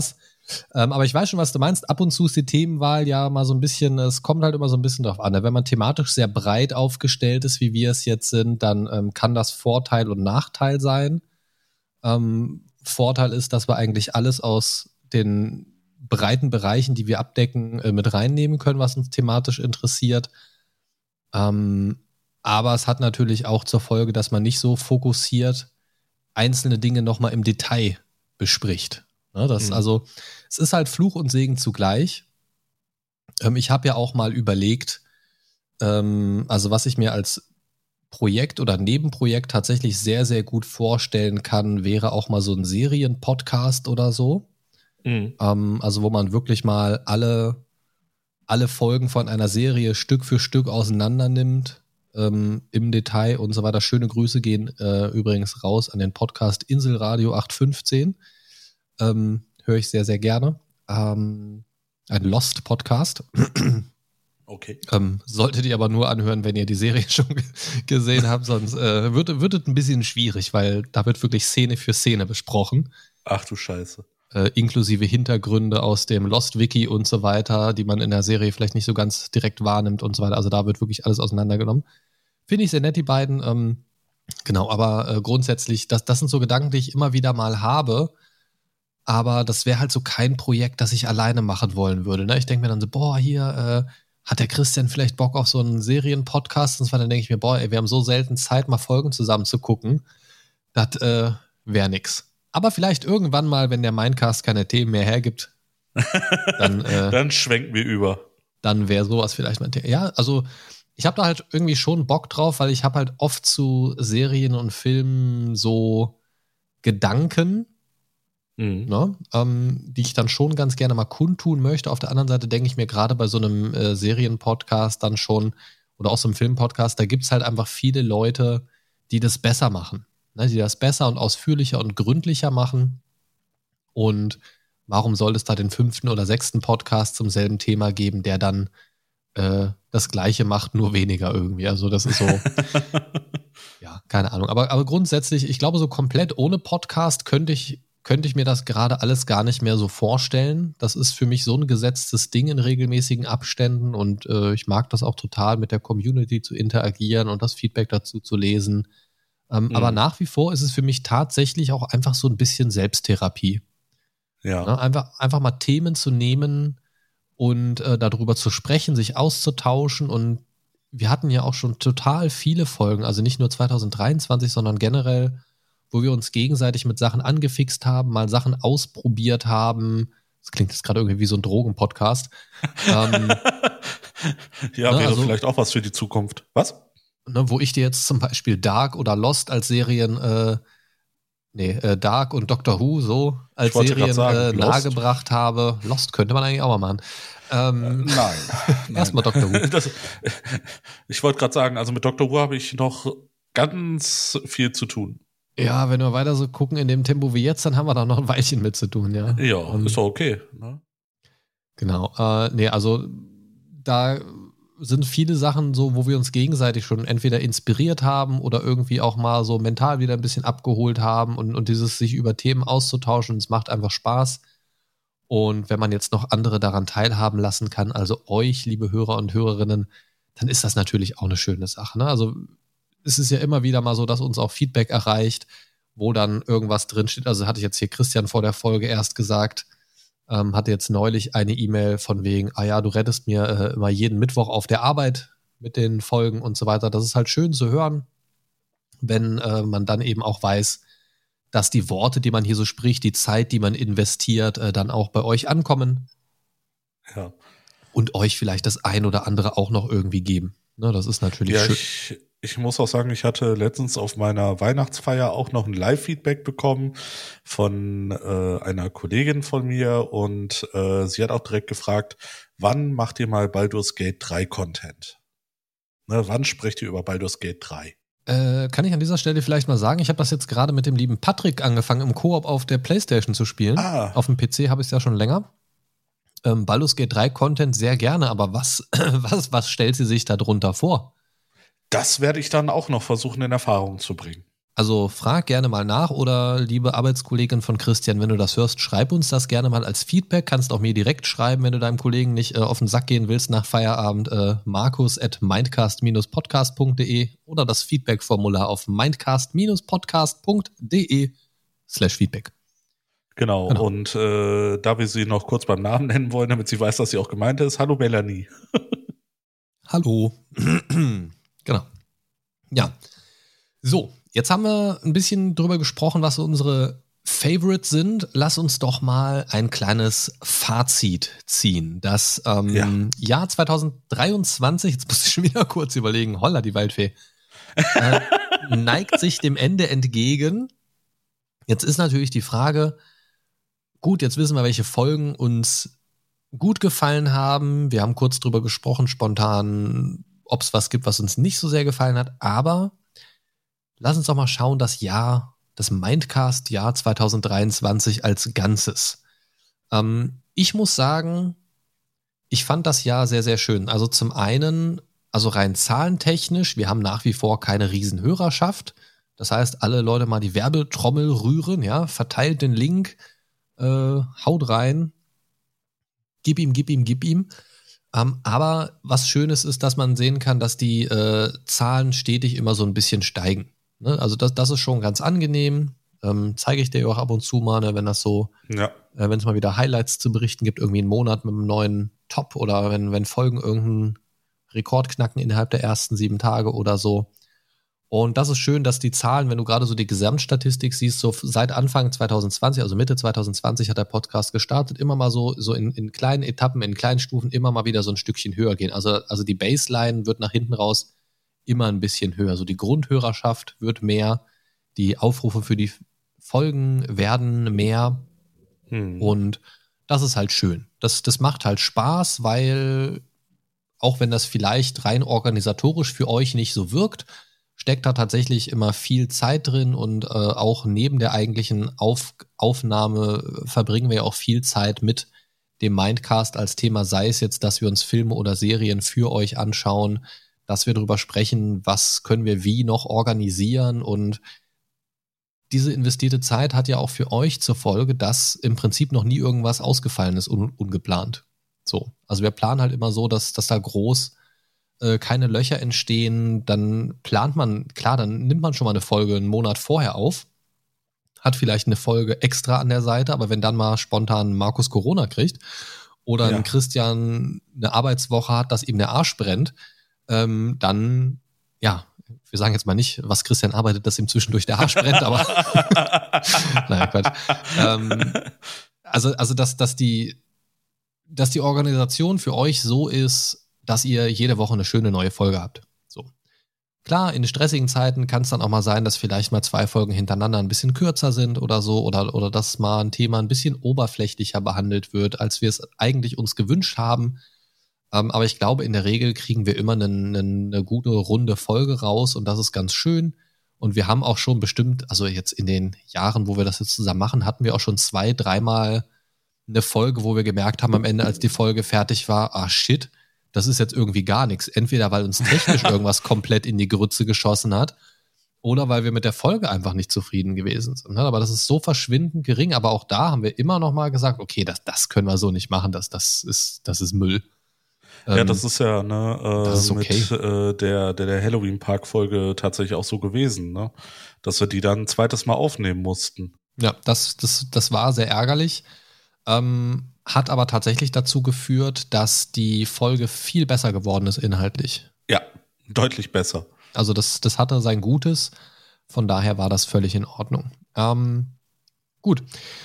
[SPEAKER 2] Ähm, aber ich weiß schon, was du meinst. Ab und zu ist die Themenwahl ja mal so ein bisschen, es kommt halt immer so ein bisschen drauf an. Wenn man thematisch sehr breit aufgestellt ist, wie wir es jetzt sind, dann ähm, kann das Vorteil und Nachteil sein. Ähm, Vorteil ist, dass wir eigentlich alles aus den breiten Bereichen, die wir abdecken, äh, mit reinnehmen können, was uns thematisch interessiert. Ähm, aber es hat natürlich auch zur Folge, dass man nicht so fokussiert einzelne Dinge nochmal im Detail bespricht. Ne, das, mhm. Also es ist halt Fluch und Segen zugleich. Ähm, ich habe ja auch mal überlegt, ähm, also was ich mir als Projekt oder Nebenprojekt tatsächlich sehr, sehr gut vorstellen kann, wäre auch mal so ein Serienpodcast oder so. Mhm. Ähm, also wo man wirklich mal alle, alle Folgen von einer Serie Stück für Stück auseinander nimmt, ähm, im Detail und so weiter. Schöne Grüße gehen äh, übrigens raus an den Podcast Inselradio acht fünfzehn. Ähm, höre ich sehr, sehr gerne. Ähm, ein Lost-Podcast.
[SPEAKER 3] Okay.
[SPEAKER 2] Ähm, solltet ihr aber nur anhören, wenn ihr die Serie schon g- gesehen habt, sonst äh, wird, wird es ein bisschen schwierig, weil da wird wirklich Szene für Szene besprochen.
[SPEAKER 3] Ach du Scheiße.
[SPEAKER 2] Äh, inklusive Hintergründe aus dem Lost-Wiki und so weiter, die man in der Serie vielleicht nicht so ganz direkt wahrnimmt und so weiter. Also da wird wirklich alles auseinandergenommen. Finde ich sehr nett, die beiden. Ähm, genau, aber äh, grundsätzlich, das, das sind so Gedanken, die ich immer wieder mal habe. Aber das wäre halt so kein Projekt, das ich alleine machen wollen würde. Ne? Ich denke mir dann so, boah, hier äh, hat der Christian vielleicht Bock auf so einen Serienpodcast? Und zwar dann denke ich mir, boah, ey, wir haben so selten Zeit, mal Folgen zusammen zu gucken. Das äh, wäre nix. Aber vielleicht irgendwann mal, wenn der Mindcast keine Themen mehr hergibt, dann, äh,
[SPEAKER 3] dann schwenken wir über.
[SPEAKER 2] Dann wäre sowas vielleicht mein Thema. Ja, also ich habe da halt irgendwie schon Bock drauf, weil ich habe halt oft zu Serien und Filmen so Gedanken, Mhm. Ne, ähm, die ich dann schon ganz gerne mal kundtun möchte. Auf der anderen Seite denke ich mir gerade bei so einem äh, Serienpodcast dann schon oder auch so einem Filmpodcast, da gibt es halt einfach viele Leute, die das besser machen. Ne, die das besser und ausführlicher und gründlicher machen. Und warum soll es da den fünften oder sechsten Podcast zum selben Thema geben, der dann äh, das Gleiche macht, nur weniger irgendwie. Also das ist so, ja, keine Ahnung. Aber, aber grundsätzlich, ich glaube, so komplett ohne Podcast könnte ich könnte ich mir das gerade alles gar nicht mehr so vorstellen. Das ist für mich so ein gesetztes Ding in regelmäßigen Abständen und äh, ich mag das auch total, mit der Community zu interagieren und das Feedback dazu zu lesen. Ähm, mhm. Aber nach wie vor ist es für mich tatsächlich auch einfach so ein bisschen Selbsttherapie.
[SPEAKER 3] Ja.
[SPEAKER 2] Ne? Einfach, einfach mal Themen zu nehmen und äh, darüber zu sprechen, sich auszutauschen, und wir hatten ja auch schon total viele Folgen, also nicht nur zwanzig dreiundzwanzig, sondern generell, wo wir uns gegenseitig mit Sachen angefixt haben, mal Sachen ausprobiert haben. Das klingt jetzt gerade irgendwie wie so ein Drogen-Podcast. ähm,
[SPEAKER 3] ja,
[SPEAKER 2] ne,
[SPEAKER 3] wäre
[SPEAKER 2] also,
[SPEAKER 3] vielleicht auch was für die Zukunft. Was?
[SPEAKER 2] Ne, wo ich dir jetzt zum Beispiel Dark oder Lost als Serien, äh, nee, äh, Dark und Doctor Who so als Serien sagen, äh, nahegebracht habe. Lost könnte man eigentlich auch mal machen. Ähm,
[SPEAKER 3] äh, nein.
[SPEAKER 2] Erstmal Doctor Who.
[SPEAKER 3] Das, ich wollte gerade sagen, also mit Doctor Who habe ich noch ganz viel zu tun.
[SPEAKER 2] Ja, wenn wir weiter so gucken in dem Tempo wie jetzt, dann haben wir da noch ein Weilchen mit zu tun, ja.
[SPEAKER 3] Ja,
[SPEAKER 2] um,
[SPEAKER 3] ist doch okay. Ne?
[SPEAKER 2] Genau. Äh, nee, also da sind viele Sachen so, wo wir uns gegenseitig schon entweder inspiriert haben oder irgendwie auch mal so mental wieder ein bisschen abgeholt haben und, und dieses sich über Themen auszutauschen, es macht einfach Spaß. Und wenn man jetzt noch andere daran teilhaben lassen kann, also euch, liebe Hörer und Hörerinnen, dann ist das natürlich auch eine schöne Sache. Ne? Also es ist ja immer wieder mal so, dass uns auch Feedback erreicht, wo dann irgendwas drinsteht. Also hatte ich jetzt hier Christian vor der Folge erst gesagt, ähm, hatte jetzt neulich eine E-Mail von wegen, ah ja, du rettest mir äh, immer jeden Mittwoch auf der Arbeit mit den Folgen und so weiter. Das ist halt schön zu hören, wenn äh, man dann eben auch weiß, dass die Worte, die man hier so spricht, die Zeit, die man investiert, äh, dann auch bei euch ankommen.
[SPEAKER 3] Ja.
[SPEAKER 2] Und euch vielleicht das ein oder andere auch noch irgendwie geben. Ne, das ist natürlich
[SPEAKER 3] ja,
[SPEAKER 2] schön.
[SPEAKER 3] Ich Ich muss auch sagen, ich hatte letztens auf meiner Weihnachtsfeier auch noch ein Live-Feedback bekommen von äh, einer Kollegin von mir und äh, sie hat auch direkt gefragt, wann macht ihr mal Baldur's Gate drei Content? Ne, wann sprecht ihr über Baldur's Gate drei?
[SPEAKER 2] Äh, kann ich an dieser Stelle vielleicht mal sagen, ich habe das jetzt gerade mit dem lieben Patrick angefangen, im Koop auf der PlayStation zu spielen.
[SPEAKER 3] Ah.
[SPEAKER 2] Auf dem P C habe ich es ja schon länger. Ähm, Baldur's Gate drei Content sehr gerne, aber was, was, was stellt sie sich da drunter vor?
[SPEAKER 3] Das werde ich dann auch noch versuchen, in Erfahrung zu bringen.
[SPEAKER 2] Also frag gerne mal nach oder liebe Arbeitskollegin von Christian, wenn du das hörst, schreib uns das gerne mal als Feedback. Kannst auch mir direkt schreiben, wenn du deinem Kollegen nicht äh, auf den Sack gehen willst nach Feierabend. Äh, markus at mindcast dash podcast punkt de oder das Feedback-Formular auf mindcast dash podcast punkt de slash Feedback.
[SPEAKER 3] Genau, genau. Und äh, da wir sie noch kurz beim Namen nennen wollen, damit sie weiß, dass sie auch gemeint ist. Hallo Melanie.
[SPEAKER 2] Hallo. Genau. Ja. So, jetzt haben wir ein bisschen drüber gesprochen, was so unsere Favorites sind. Lass uns doch mal ein kleines Fazit ziehen. Das ähm, ja. Jahr zwanzig dreiundzwanzig, jetzt muss ich schon wieder kurz überlegen, holla die Waldfee, äh, neigt sich dem Ende entgegen. Jetzt ist natürlich die Frage, gut, jetzt wissen wir, welche Folgen uns gut gefallen haben. Wir haben kurz drüber gesprochen, spontan, ob es was gibt, was uns nicht so sehr gefallen hat, aber lass uns doch mal schauen, das Jahr, das Mindcast-Jahr zwanzig dreiundzwanzig als Ganzes. Ähm, ich muss sagen, ich fand das Jahr sehr, sehr schön. Also zum einen, also rein zahlentechnisch, wir haben nach wie vor keine Riesenhörerschaft. Das heißt, alle Leute mal die Werbetrommel rühren, ja, verteilt den Link, äh, haut rein, gib ihm, gib ihm, gib ihm. Um, aber was Schönes ist, dass man sehen kann, dass die äh, Zahlen stetig immer so ein bisschen steigen. Ne? Also das, das ist schon ganz angenehm. Ähm, zeige ich dir auch ab und zu mal, ne, wenn das so,
[SPEAKER 3] ja.
[SPEAKER 2] äh, wenn es mal wieder Highlights zu berichten gibt, irgendwie einen Monat mit einem neuen Top oder wenn, wenn Folgen irgendeinen Rekord knacken innerhalb der ersten sieben Tage oder so. Und das ist schön, dass die Zahlen, wenn du gerade so die Gesamtstatistik siehst, so seit Anfang zwanzig zwanzig, also Mitte zwanzig zwanzig hat der Podcast gestartet, immer mal so, so in, in kleinen Etappen, in kleinen Stufen immer mal wieder so ein Stückchen höher gehen. Also, also die Baseline wird nach hinten raus immer ein bisschen höher. So die Grundhörerschaft wird mehr, die Aufrufe für die Folgen werden mehr hm. und das ist halt schön. Das, das macht halt Spaß, weil auch wenn das vielleicht rein organisatorisch für euch nicht so wirkt, steckt da tatsächlich immer viel Zeit drin und äh, auch neben der eigentlichen Auf- Aufnahme verbringen wir ja auch viel Zeit mit dem Mindcast als Thema, sei es jetzt, dass wir uns Filme oder Serien für euch anschauen, dass wir darüber sprechen, was können wir wie noch organisieren und diese investierte Zeit hat ja auch für euch zur Folge, dass im Prinzip noch nie irgendwas ausgefallen ist, un- ungeplant. So, also wir planen halt immer so, dass, dass da groß keine Löcher entstehen, dann plant man, klar, dann nimmt man schon mal eine Folge einen Monat vorher auf, hat vielleicht eine Folge extra an der Seite, aber wenn dann mal spontan Markus Corona kriegt oder ja. ein Christian eine Arbeitswoche hat, dass ihm der Arsch brennt, ähm, dann, ja, wir sagen jetzt mal nicht, was Christian arbeitet, dass ihm zwischendurch der Arsch brennt, aber naja, Quatsch. Ähm, also, also dass, dass die, dass die Organisation für euch so ist, dass ihr jede Woche eine schöne neue Folge habt. So. Klar, in stressigen Zeiten kann es dann auch mal sein, dass vielleicht mal zwei Folgen hintereinander ein bisschen kürzer sind oder so oder, oder dass mal ein Thema ein bisschen oberflächlicher behandelt wird, als wir es eigentlich uns gewünscht haben. Ähm, aber ich glaube, in der Regel kriegen wir immer eine, eine, eine gute, runde Folge raus und das ist ganz schön. Und wir haben auch schon bestimmt, also jetzt in den Jahren, wo wir das jetzt zusammen machen, hatten wir auch schon zwei, dreimal eine Folge, wo wir gemerkt haben am Ende, als die Folge fertig war, ah shit, das ist jetzt irgendwie gar nichts. Entweder weil uns technisch irgendwas komplett in die Grütze geschossen hat oder weil wir mit der Folge einfach nicht zufrieden gewesen sind. Aber das ist so verschwindend gering. Aber auch da haben wir immer noch mal gesagt, okay, das, das können wir so nicht machen. Das, das, ist, das ist Müll.
[SPEAKER 3] Ja, ähm, das ist ja ne, äh,
[SPEAKER 2] das ist okay.
[SPEAKER 3] mit äh, der, der, der Halloween-Park-Folge tatsächlich auch so gewesen, ne? Dass wir die dann ein zweites Mal aufnehmen mussten.
[SPEAKER 2] Ja, das, das, das war sehr ärgerlich. Ähm, hat aber tatsächlich dazu geführt, dass die Folge viel besser geworden ist inhaltlich.
[SPEAKER 3] Ja, deutlich besser.
[SPEAKER 2] Also das, das hatte sein Gutes, von daher war das völlig in Ordnung. Ähm, gut,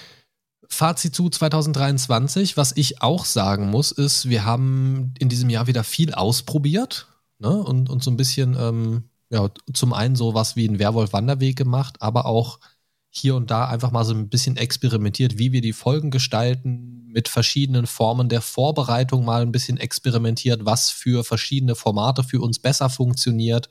[SPEAKER 2] Fazit zu zwanzig dreiundzwanzig, was ich auch sagen muss, ist, wir haben in diesem Jahr wieder viel ausprobiert, ne? und, und so ein bisschen, ähm, ja, zum einen sowas wie ein Werwolf-Wanderweg gemacht, aber auch hier und da einfach mal so ein bisschen experimentiert, wie wir die Folgen gestalten, mit verschiedenen Formen der Vorbereitung mal ein bisschen experimentiert, was für verschiedene Formate für uns besser funktioniert.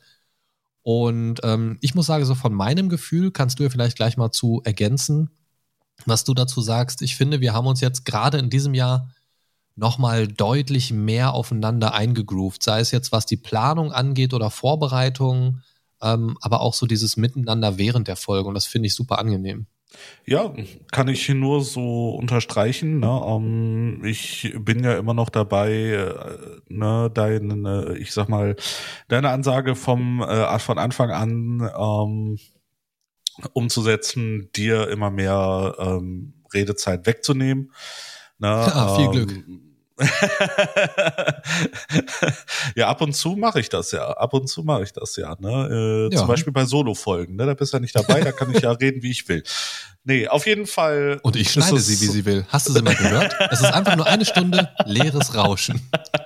[SPEAKER 2] Und ähm, ich muss sagen, so von meinem Gefühl, kannst du ja vielleicht gleich mal zu ergänzen, was du dazu sagst. Ich finde, wir haben uns jetzt gerade in diesem Jahr nochmal deutlich mehr aufeinander eingegroovt, sei es jetzt, was die Planung angeht oder Vorbereitung. ähm, aber auch so dieses Miteinander während der Folge und das finde ich super angenehm.
[SPEAKER 3] Ja, kann ich nur so unterstreichen. Ne? Um, ich bin ja immer noch dabei, äh, ne, deine, ich sag mal, deine Ansage vom äh, von Anfang an ähm, umzusetzen, dir immer mehr ähm, Redezeit wegzunehmen. Ne?
[SPEAKER 2] Ja, viel
[SPEAKER 3] ähm,
[SPEAKER 2] Glück.
[SPEAKER 3] Ja, ab und zu mache ich das ja. Ab und zu mache ich das ja. Ne? Äh,
[SPEAKER 2] Ja.
[SPEAKER 3] Zum Beispiel bei Solo-Folgen. Ne? Da bist du ja nicht dabei, da kann ich ja reden, wie ich will. Nee, auf jeden Fall.
[SPEAKER 2] Und ich schneide
[SPEAKER 3] ist es-
[SPEAKER 2] sie, wie sie will. Hast du sie mal gehört? Es ist einfach nur eine Stunde leeres Rauschen.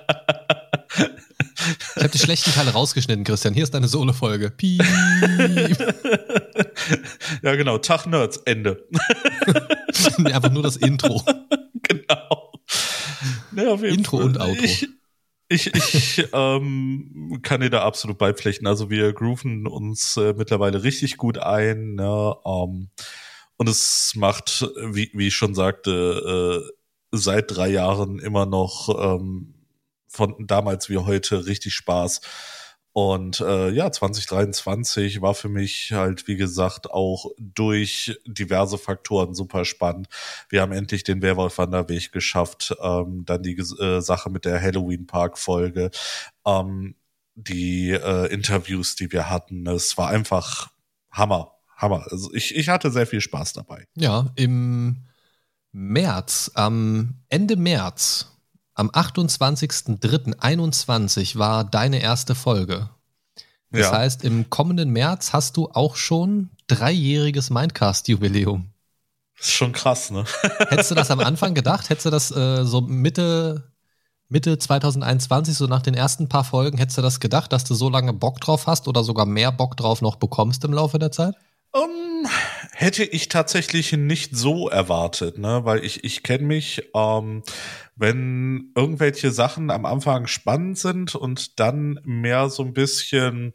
[SPEAKER 2] Ich habe die schlechten Teile rausgeschnitten, Christian. Hier ist deine Solo-Folge. Piep.
[SPEAKER 3] Ja, genau. Tag Nerds, Ende.
[SPEAKER 2] Einfach nur das Intro.
[SPEAKER 3] Genau. Nee, auf jeden
[SPEAKER 2] Intro
[SPEAKER 3] Fall.
[SPEAKER 2] und Outro.
[SPEAKER 3] Ich, ich, ich ähm, kann dir da absolut beipflichten. Also wir grooven uns äh, mittlerweile richtig gut ein. Ne? Ähm, und es macht, wie, wie ich schon sagte, äh, seit drei Jahren immer noch ähm, von damals wie heute richtig Spaß. Und äh, ja, zwanzig dreiundzwanzig war für mich halt, wie gesagt, auch durch diverse Faktoren super spannend. Wir haben endlich den Werwolf-Wanderweg geschafft, ähm, dann die äh, Sache mit der Halloween-Park-Folge, ähm, die äh, Interviews, die wir hatten. Es war einfach Hammer, Hammer. Also ich, ich hatte sehr viel Spaß dabei.
[SPEAKER 2] Ja, im März, am Ende März, am achtundzwanzigsten dritten einundzwanzig war deine erste Folge. Das
[SPEAKER 3] Ja.
[SPEAKER 2] heißt, im kommenden März hast du auch schon dreijähriges Mindcast-Jubiläum.
[SPEAKER 3] Ist schon krass, ne?
[SPEAKER 2] Hättest du das am Anfang gedacht? Hättest du das äh, so Mitte, Mitte zwanzig einundzwanzig, so nach den ersten paar Folgen, hättest du das gedacht, dass du so lange Bock drauf hast oder sogar mehr Bock drauf noch bekommst im Laufe der Zeit?
[SPEAKER 3] Um, hätte ich tatsächlich nicht so erwartet, ne, weil ich ich kenne mich, ähm, wenn irgendwelche Sachen am Anfang spannend sind und dann mehr so ein bisschen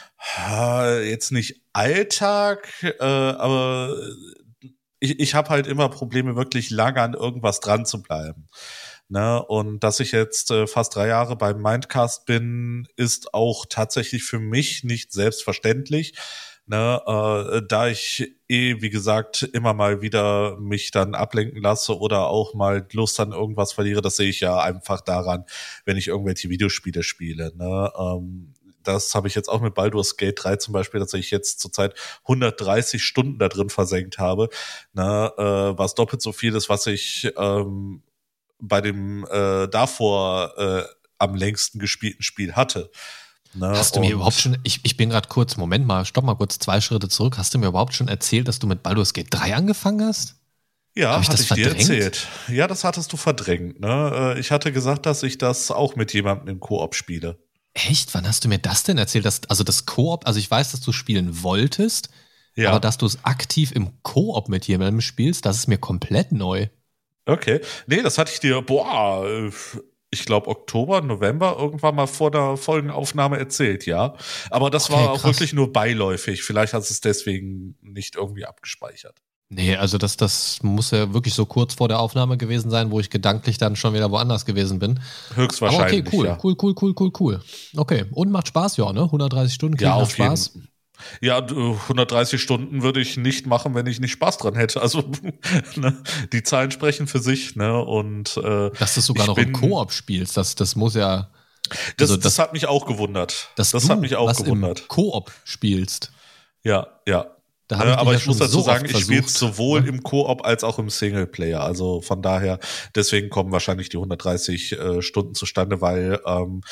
[SPEAKER 3] äh, jetzt nicht Alltag, äh, aber ich ich habe halt immer Probleme, wirklich lange an irgendwas dran zu bleiben. Ne, und dass ich jetzt äh, fast drei Jahre beim Mindcast bin, ist auch tatsächlich für mich nicht selbstverständlich. Ne, äh, da ich eh, wie gesagt, immer mal wieder mich dann ablenken lasse oder auch mal Lust an irgendwas verliere, das sehe ich ja einfach daran, wenn ich irgendwelche Videospiele spiele. Ne? Ähm, das habe ich jetzt auch mit Baldur's Gate drei zum Beispiel, dass ich jetzt zurzeit hundertdreißig Stunden da drin versenkt habe, ne? äh, was doppelt so viel ist, was ich ähm, bei dem äh, davor äh, am längsten gespielten Spiel hatte. Ne?
[SPEAKER 2] Hast du mir
[SPEAKER 3] Und-
[SPEAKER 2] überhaupt schon, ich, ich bin gerade kurz, Moment mal, stopp mal kurz zwei Schritte zurück. Hast du mir überhaupt schon erzählt, dass du mit Baldur's Gate drei angefangen hast?
[SPEAKER 3] Ja,
[SPEAKER 2] Hab ich
[SPEAKER 3] hatte
[SPEAKER 2] das
[SPEAKER 3] ich dir
[SPEAKER 2] verdrängt?
[SPEAKER 3] erzählt. Ja, das hattest du verdrängt. Ne? Äh, Ich hatte gesagt, dass ich das auch mit jemandem im Koop spiele.
[SPEAKER 2] Echt? Wann hast du mir das denn erzählt? Dass, also das Koop, also ich weiß, dass du spielen wolltest,
[SPEAKER 3] Ja,
[SPEAKER 2] aber dass du es aktiv im Koop mit jemandem spielst, das ist mir komplett neu.
[SPEAKER 3] okay. Nee, das hatte ich dir, boah, äh, ich glaube Oktober, November irgendwann mal vor der Folgenaufnahme erzählt, ja. Aber das
[SPEAKER 2] Okay,
[SPEAKER 3] war auch
[SPEAKER 2] krass.
[SPEAKER 3] wirklich nur beiläufig. Vielleicht hast du es deswegen nicht irgendwie abgespeichert.
[SPEAKER 2] Nee, also das, das muss ja wirklich so kurz vor der Aufnahme gewesen sein, wo ich gedanklich dann schon wieder woanders gewesen bin.
[SPEAKER 3] Höchstwahrscheinlich,
[SPEAKER 2] Aber okay, cool,
[SPEAKER 3] ja.
[SPEAKER 2] cool, cool, cool, cool, cool. Okay, und macht Spaß, ja, ne? hundertdreißig Stunden klingt
[SPEAKER 3] Ja,
[SPEAKER 2] nach
[SPEAKER 3] auf jeden
[SPEAKER 2] Spaß.
[SPEAKER 3] Fall. Ja, du, hundertdreißig Stunden würde ich nicht machen, wenn ich nicht Spaß dran hätte. Also ne, die Zahlen sprechen für sich, ne? Und äh,
[SPEAKER 2] Dass du sogar
[SPEAKER 3] ich
[SPEAKER 2] noch im
[SPEAKER 3] bin-
[SPEAKER 2] Koop spielst, das, das muss ja,
[SPEAKER 3] Das,
[SPEAKER 2] also
[SPEAKER 3] das,
[SPEAKER 2] das-
[SPEAKER 3] hat mich auch gewundert.
[SPEAKER 2] dass
[SPEAKER 3] das
[SPEAKER 2] du
[SPEAKER 3] hat mich auch
[SPEAKER 2] was
[SPEAKER 3] gewundert.
[SPEAKER 2] im Koop spielst.
[SPEAKER 3] Ja, ja.
[SPEAKER 2] Da
[SPEAKER 3] Ne,
[SPEAKER 2] habe ich
[SPEAKER 3] aber
[SPEAKER 2] dich ja
[SPEAKER 3] ich muss
[SPEAKER 2] schon
[SPEAKER 3] dazu
[SPEAKER 2] so
[SPEAKER 3] sagen,
[SPEAKER 2] oft
[SPEAKER 3] ich spiele
[SPEAKER 2] versucht,
[SPEAKER 3] sowohl
[SPEAKER 2] ne?
[SPEAKER 3] im Koop als auch im Singleplayer. Also von daher, deswegen kommen wahrscheinlich die hundertdreißig äh, Stunden zustande, weil ähm,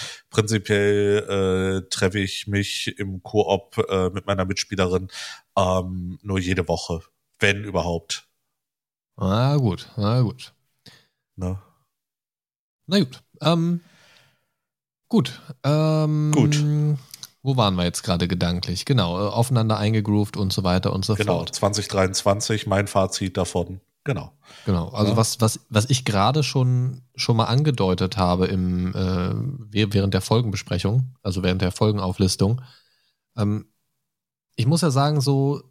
[SPEAKER 3] prinzipiell äh, treffe ich mich im Koop äh, mit meiner Mitspielerin ähm, nur jede Woche, wenn überhaupt.
[SPEAKER 2] Ah, gut, na gut.
[SPEAKER 3] Ne?
[SPEAKER 2] Na gut. Ähm, gut. Ähm,
[SPEAKER 3] Gut.
[SPEAKER 2] Wo waren wir jetzt gerade gedanklich? Genau, äh, aufeinander eingegroovt und so weiter und so
[SPEAKER 3] Genau,
[SPEAKER 2] fort.
[SPEAKER 3] zwanzig dreiundzwanzig, mein Fazit davon. Genau.
[SPEAKER 2] Genau, also
[SPEAKER 3] Ja.
[SPEAKER 2] was, was, was ich gerade schon, schon mal angedeutet habe im, äh, während der Folgenbesprechung, also während der Folgenauflistung, ähm, ich muss ja sagen, so,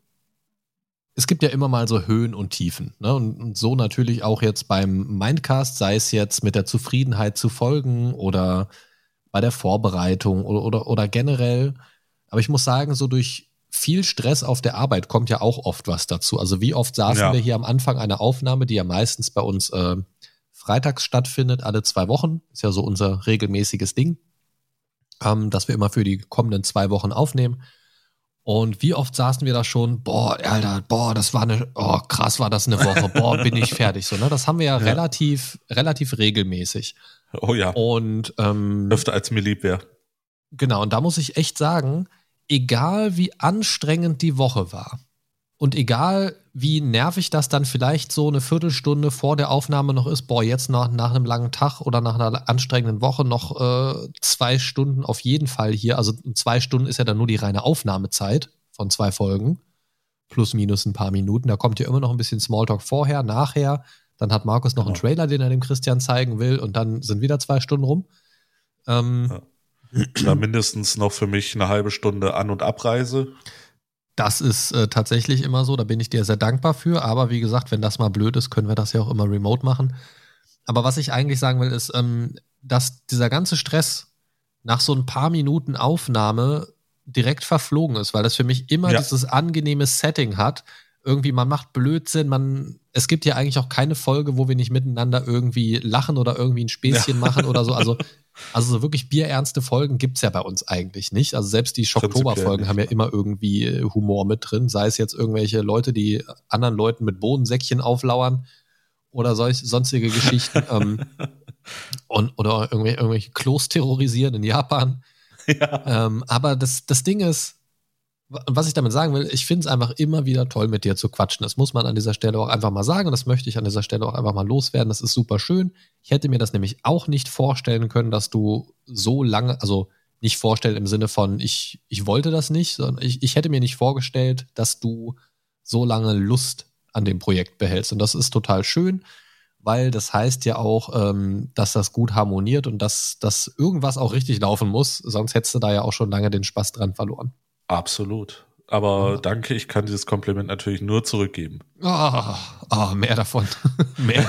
[SPEAKER 2] es gibt ja immer mal so Höhen und Tiefen, ne? Und, und so natürlich auch jetzt beim Mindcast, sei es jetzt mit der Zufriedenheit zu folgen oder bei der Vorbereitung oder, oder, oder generell, Aber ich muss sagen, so durch viel Stress auf der Arbeit kommt ja auch oft was dazu. Also wie oft saßen
[SPEAKER 3] Ja.
[SPEAKER 2] wir hier am Anfang einer Aufnahme, die ja meistens bei uns äh, freitags stattfindet, alle zwei Wochen. Ist ja so unser regelmäßiges Ding, ähm, dass wir immer für die kommenden zwei Wochen aufnehmen. Und wie oft saßen wir da schon, boah, Alter, boah, das war eine, oh, krass war das eine Woche, boah, bin ich fertig. So, ne? Das haben wir ja,
[SPEAKER 3] Ja.
[SPEAKER 2] relativ, relativ regelmäßig.
[SPEAKER 3] Oh ja,
[SPEAKER 2] Und ähm,
[SPEAKER 3] öfter als mir lieb wäre.
[SPEAKER 2] genau, und da muss ich echt sagen, egal wie anstrengend die Woche war und egal wie nervig das dann vielleicht so eine Viertelstunde vor der Aufnahme noch ist, boah, jetzt nach, nach einem langen Tag oder nach einer anstrengenden Woche noch äh, zwei Stunden auf jeden Fall hier, also zwei Stunden ist ja dann nur die reine Aufnahmezeit von zwei Folgen, plus minus ein paar Minuten, da kommt ja immer noch ein bisschen Smalltalk vorher, nachher, dann hat Markus noch
[SPEAKER 3] Genau.
[SPEAKER 2] einen Trailer, den er dem Christian zeigen will und dann sind wieder zwei Stunden rum. Ähm,
[SPEAKER 3] Ja. Da mindestens noch für mich eine halbe Stunde An- und Abreise.
[SPEAKER 2] Das ist äh, tatsächlich immer so, da bin ich dir sehr dankbar für, aber wie gesagt, wenn das mal blöd ist, können wir das ja auch immer remote machen. Aber was ich eigentlich sagen will, ist, ähm, dass dieser ganze Stress nach so ein paar Minuten Aufnahme direkt verflogen ist, weil das für mich immer
[SPEAKER 3] Ja.
[SPEAKER 2] dieses angenehme Setting hat. Irgendwie, man macht Blödsinn, man, es gibt ja eigentlich auch keine Folge, wo wir nicht miteinander irgendwie lachen oder irgendwie ein Späßchen
[SPEAKER 3] Ja.
[SPEAKER 2] machen oder so. Also, also so wirklich bierernste Folgen gibt's ja bei uns eigentlich nicht. Also selbst die Schocktober-Folgen
[SPEAKER 3] nicht,
[SPEAKER 2] haben ja
[SPEAKER 3] ne?
[SPEAKER 2] immer irgendwie äh, Humor mit drin, sei es jetzt irgendwelche Leute, die anderen Leuten mit Bodensäckchen auflauern oder solch, sonstige Geschichten. ähm, und, oder irgendwelche, irgendwelche Klos terrorisieren in Japan.
[SPEAKER 3] Ja.
[SPEAKER 2] Ähm, aber das, das Ding ist, was ich damit sagen will, ich finde es einfach immer wieder toll, mit dir zu quatschen. Das muss man an dieser Stelle auch einfach mal sagen und das möchte ich an dieser Stelle auch einfach mal loswerden. Das ist super schön. Ich hätte mir das nämlich auch nicht vorstellen können, dass du so lange, also nicht vorstellen im Sinne von, ich, ich wollte das nicht, sondern ich, ich hätte mir nicht vorgestellt, dass du so lange Lust an dem Projekt behältst. Und das ist total schön, weil das heißt ja auch, ähm, dass das gut harmoniert und dass, dass irgendwas auch richtig laufen muss. Sonst hättest du da ja auch schon lange den Spaß dran verloren.
[SPEAKER 3] Absolut. Aber
[SPEAKER 2] Ja.
[SPEAKER 3] danke, ich kann dieses Kompliment natürlich nur zurückgeben.
[SPEAKER 2] Oh, oh, mehr davon. mehr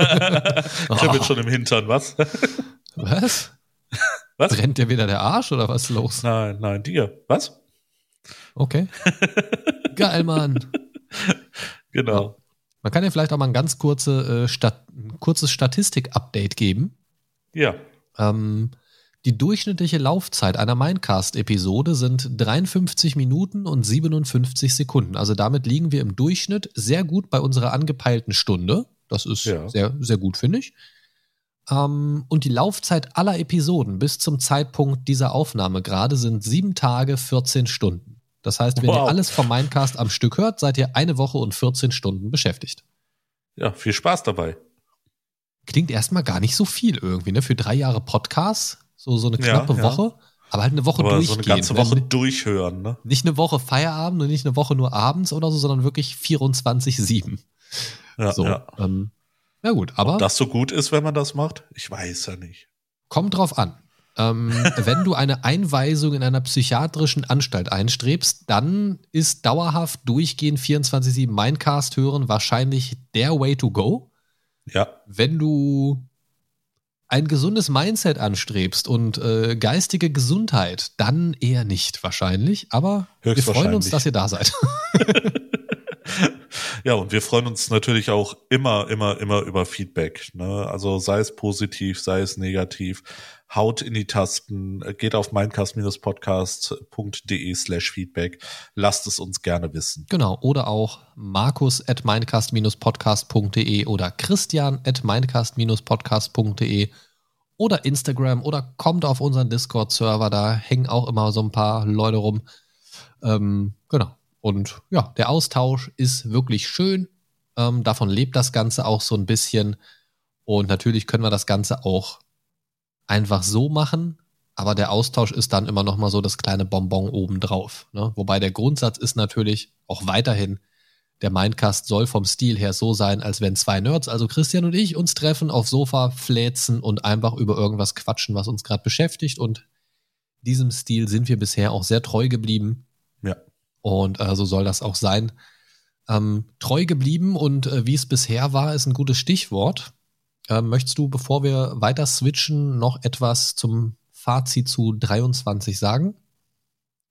[SPEAKER 2] davon.
[SPEAKER 3] Kribbelt
[SPEAKER 2] Oh,
[SPEAKER 3] schon im Hintern, was?
[SPEAKER 2] was?
[SPEAKER 3] Was?
[SPEAKER 2] Brennt dir wieder der Arsch oder was ist los?
[SPEAKER 3] Nein, nein, dir. Was?
[SPEAKER 2] Okay. Geil, Mann.
[SPEAKER 3] Genau.
[SPEAKER 2] Man kann ja vielleicht auch mal ein ganz kurze, äh, Stat- ein kurzes Statistik-Update geben.
[SPEAKER 3] Ja.
[SPEAKER 2] Ähm, die durchschnittliche Laufzeit einer Mindcast-Episode sind dreiundfünfzig Minuten und siebenundfünfzig Sekunden. Also damit liegen wir im Durchschnitt sehr gut bei unserer angepeilten Stunde. Das ist
[SPEAKER 3] Ja.
[SPEAKER 2] sehr, sehr gut, finde ich. Ähm, und die Laufzeit aller Episoden bis zum Zeitpunkt dieser Aufnahme gerade sind sieben Tage, vierzehn Stunden. Das heißt, wenn
[SPEAKER 3] Wow.
[SPEAKER 2] ihr alles vom Mindcast am Stück hört, seid ihr eine Woche und vierzehn Stunden beschäftigt.
[SPEAKER 3] Ja, viel Spaß dabei.
[SPEAKER 2] Klingt erstmal gar nicht so viel irgendwie, ne? Für drei Jahre Podcast, so, so eine
[SPEAKER 3] Ja,
[SPEAKER 2] knappe
[SPEAKER 3] ja.
[SPEAKER 2] Woche, aber halt eine Woche
[SPEAKER 3] Aber so
[SPEAKER 2] durchgehend.
[SPEAKER 3] eine ganze
[SPEAKER 2] ne?
[SPEAKER 3] Woche durchhören, ne?
[SPEAKER 2] Nicht eine Woche Feierabend und nicht eine Woche nur abends oder so, sondern wirklich vierundzwanzig sieben.
[SPEAKER 3] Ja,
[SPEAKER 2] So,
[SPEAKER 3] ja.
[SPEAKER 2] ähm, ja gut, aber
[SPEAKER 3] Ob das so gut ist, wenn man das macht? Ich weiß ja nicht.
[SPEAKER 2] kommt drauf an. Ähm, wenn du eine Einweisung in einer psychiatrischen Anstalt einstrebst, dann ist dauerhaft durchgehend vierundzwanzig sieben Mindcast hören wahrscheinlich der Way to go.
[SPEAKER 3] Ja,
[SPEAKER 2] Wenn du ein gesundes Mindset anstrebst und äh, geistige Gesundheit, dann eher nicht wahrscheinlich. Aber wir freuen uns,
[SPEAKER 3] Höchstwahrscheinlich.
[SPEAKER 2] dass ihr da seid.
[SPEAKER 3] ja, und wir freuen uns natürlich auch immer, immer, immer über Feedback. Ne? Also sei es positiv, sei es negativ. Haut in die Tasten, geht auf mindcast-podcast.de slash Feedback. Lasst es uns gerne wissen.
[SPEAKER 2] Genau, oder auch markus at mindcast-podcast.de oder christian at mindcast-podcast.de oder Instagram oder kommt auf unseren Discord-Server, da hängen auch immer so ein paar Leute rum. Ähm, genau. Und ja, der Austausch ist wirklich schön. Ähm, davon lebt das Ganze auch so ein bisschen. Und natürlich können wir das Ganze auch einfach so machen, aber der Austausch ist dann immer noch mal so das kleine Bonbon obendrauf. Ne? Wobei der Grundsatz ist natürlich auch weiterhin, der Mindcast soll vom Stil her so sein, als wenn zwei Nerds, also Christian und ich, uns treffen, aufs Sofa fläzen und einfach über irgendwas quatschen, was uns gerade beschäftigt. Und diesem Stil sind wir bisher auch sehr treu geblieben.
[SPEAKER 3] Ja.
[SPEAKER 2] Und äh, so soll das auch sein. Ähm, treu geblieben und äh, wie es bisher war, ist ein gutes Stichwort. Ähm, möchtest du, bevor wir weiter switchen, noch etwas zum Fazit zu dreiundzwanzig sagen?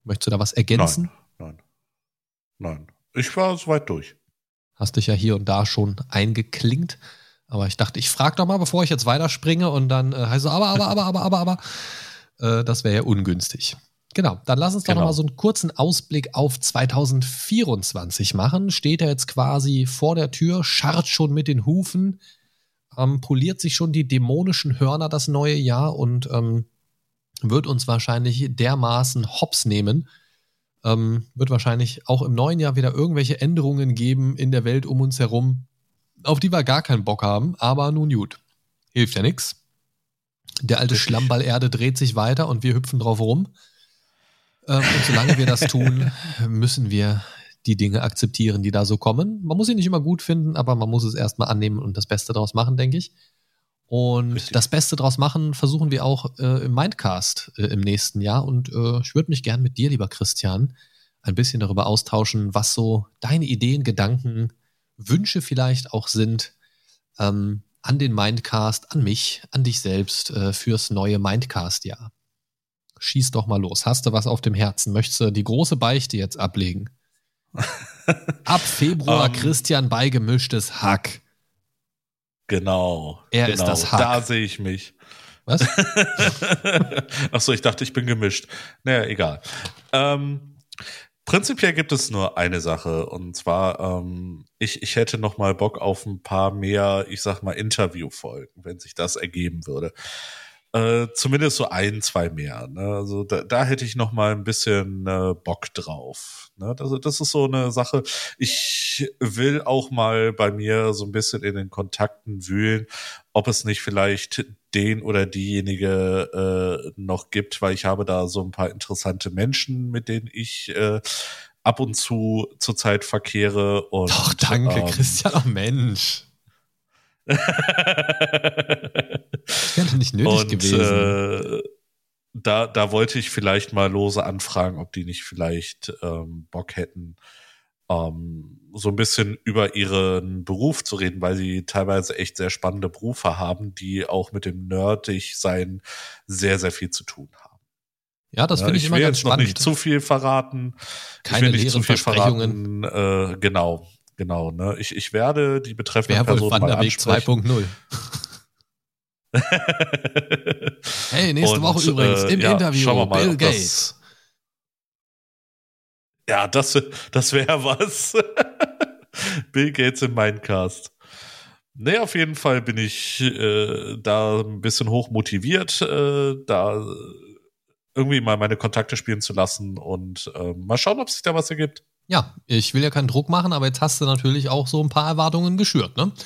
[SPEAKER 2] Möchtest du da was ergänzen?
[SPEAKER 3] Nein, nein, nein. Ich war soweit durch.
[SPEAKER 2] Hast dich ja hier und da schon eingeklinkt. Aber ich dachte, ich frage doch mal, bevor ich jetzt weiterspringe und dann äh, heißt so, aber, aber, aber, aber, aber, aber. Äh, das wäre ja ungünstig. Genau, dann lass uns doch
[SPEAKER 3] Genau.
[SPEAKER 2] noch mal so einen kurzen Ausblick auf zwanzig vierundzwanzig machen. Steht er jetzt quasi vor der Tür, scharrt schon mit den Hufen, ähm, poliert sich schon die dämonischen Hörner das neue Jahr und ähm, wird uns wahrscheinlich dermaßen hops nehmen. Ähm, wird wahrscheinlich auch im neuen Jahr wieder irgendwelche Änderungen geben in der Welt um uns herum, auf die wir gar keinen Bock haben, aber nun gut. Hilft ja nix. Der alte
[SPEAKER 3] Richtig.
[SPEAKER 2] Schlammball Erde dreht sich weiter und wir hüpfen drauf rum. Ähm, und solange wir das tun, müssen wir die Dinge akzeptieren, die da so kommen. Man muss sie nicht immer gut finden, aber man muss es erstmal annehmen und das Beste draus machen, denke ich. Und
[SPEAKER 3] Richtig.
[SPEAKER 2] das Beste draus machen versuchen wir auch äh, im Mindcast äh, im nächsten Jahr. Und äh, ich würde mich gern mit dir, lieber Christian, ein bisschen darüber austauschen, was so deine Ideen, Gedanken, Wünsche vielleicht auch sind ähm, an den Mindcast, an mich, an dich selbst äh, fürs neue Mindcast-Jahr. Schieß doch mal los. Hast du was auf dem Herzen? Möchtest du die große Beichte jetzt ablegen? Ab Februar
[SPEAKER 3] Um,
[SPEAKER 2] Christian bei Gemischtes Hack.
[SPEAKER 3] Genau.
[SPEAKER 2] Er
[SPEAKER 3] genau.
[SPEAKER 2] ist das Hack.
[SPEAKER 3] Da sehe ich mich.
[SPEAKER 2] Was?
[SPEAKER 3] Achso, ich dachte, ich bin gemischt. Naja, egal. Ähm, prinzipiell gibt es nur eine Sache. Und zwar, ähm, ich, ich hätte noch mal Bock auf ein paar mehr, ich sag mal, Interviewfolgen, wenn sich das ergeben würde. Äh, zumindest so ein, zwei mehr. Ne? Also da, da hätte ich noch mal ein bisschen äh, Bock drauf. Ne? Das, das ist so eine Sache. Ich will auch mal bei mir so ein bisschen in den Kontakten wühlen, ob es nicht vielleicht den oder diejenige äh, noch gibt, weil ich habe da so ein paar interessante Menschen, mit denen ich äh, ab und zu zurzeit verkehre. Und,
[SPEAKER 2] Doch, danke,
[SPEAKER 3] ähm,
[SPEAKER 2] Christian. Oh Mensch. Das wäre nicht nötig
[SPEAKER 3] und,
[SPEAKER 2] gewesen.
[SPEAKER 3] Äh, da, da wollte ich vielleicht mal lose anfragen, ob die nicht vielleicht ähm, Bock hätten, ähm, so ein bisschen über ihren Beruf zu reden, weil sie teilweise echt sehr spannende Berufe haben, die auch mit dem Nerdig-Sein sehr, sehr viel zu tun haben.
[SPEAKER 2] Ja, das
[SPEAKER 3] Ja,
[SPEAKER 2] finde ich,
[SPEAKER 3] ich
[SPEAKER 2] immer
[SPEAKER 3] will
[SPEAKER 2] ganz
[SPEAKER 3] jetzt noch
[SPEAKER 2] spannend.
[SPEAKER 3] nicht zu viel verraten.
[SPEAKER 2] Keine
[SPEAKER 3] ich will nicht
[SPEAKER 2] leeren
[SPEAKER 3] zu viel
[SPEAKER 2] Versprechungen.
[SPEAKER 3] verraten. Äh, genau, genau. Ne? Ich, ich werde die betreffenden
[SPEAKER 2] Werwolf
[SPEAKER 3] Personen mal
[SPEAKER 2] Wanderweg zwei
[SPEAKER 3] ansprechen.
[SPEAKER 2] Punkt null. Hey, nächste
[SPEAKER 3] Und,
[SPEAKER 2] Woche übrigens
[SPEAKER 3] äh,
[SPEAKER 2] im
[SPEAKER 3] ja,
[SPEAKER 2] Interview
[SPEAKER 3] schauen wir mal,
[SPEAKER 2] Bill
[SPEAKER 3] ob das-
[SPEAKER 2] Gates.
[SPEAKER 3] Ja, das, das wäre was. Bill Gates im Mindcast. Nee, auf jeden Fall bin ich äh, da ein bisschen hoch motiviert, äh, da irgendwie mal meine Kontakte spielen zu lassen und äh, mal schauen, ob sich da was ergibt.
[SPEAKER 2] Ja, ich will ja keinen Druck machen, aber jetzt hast du natürlich auch so ein paar Erwartungen geschürt, ne?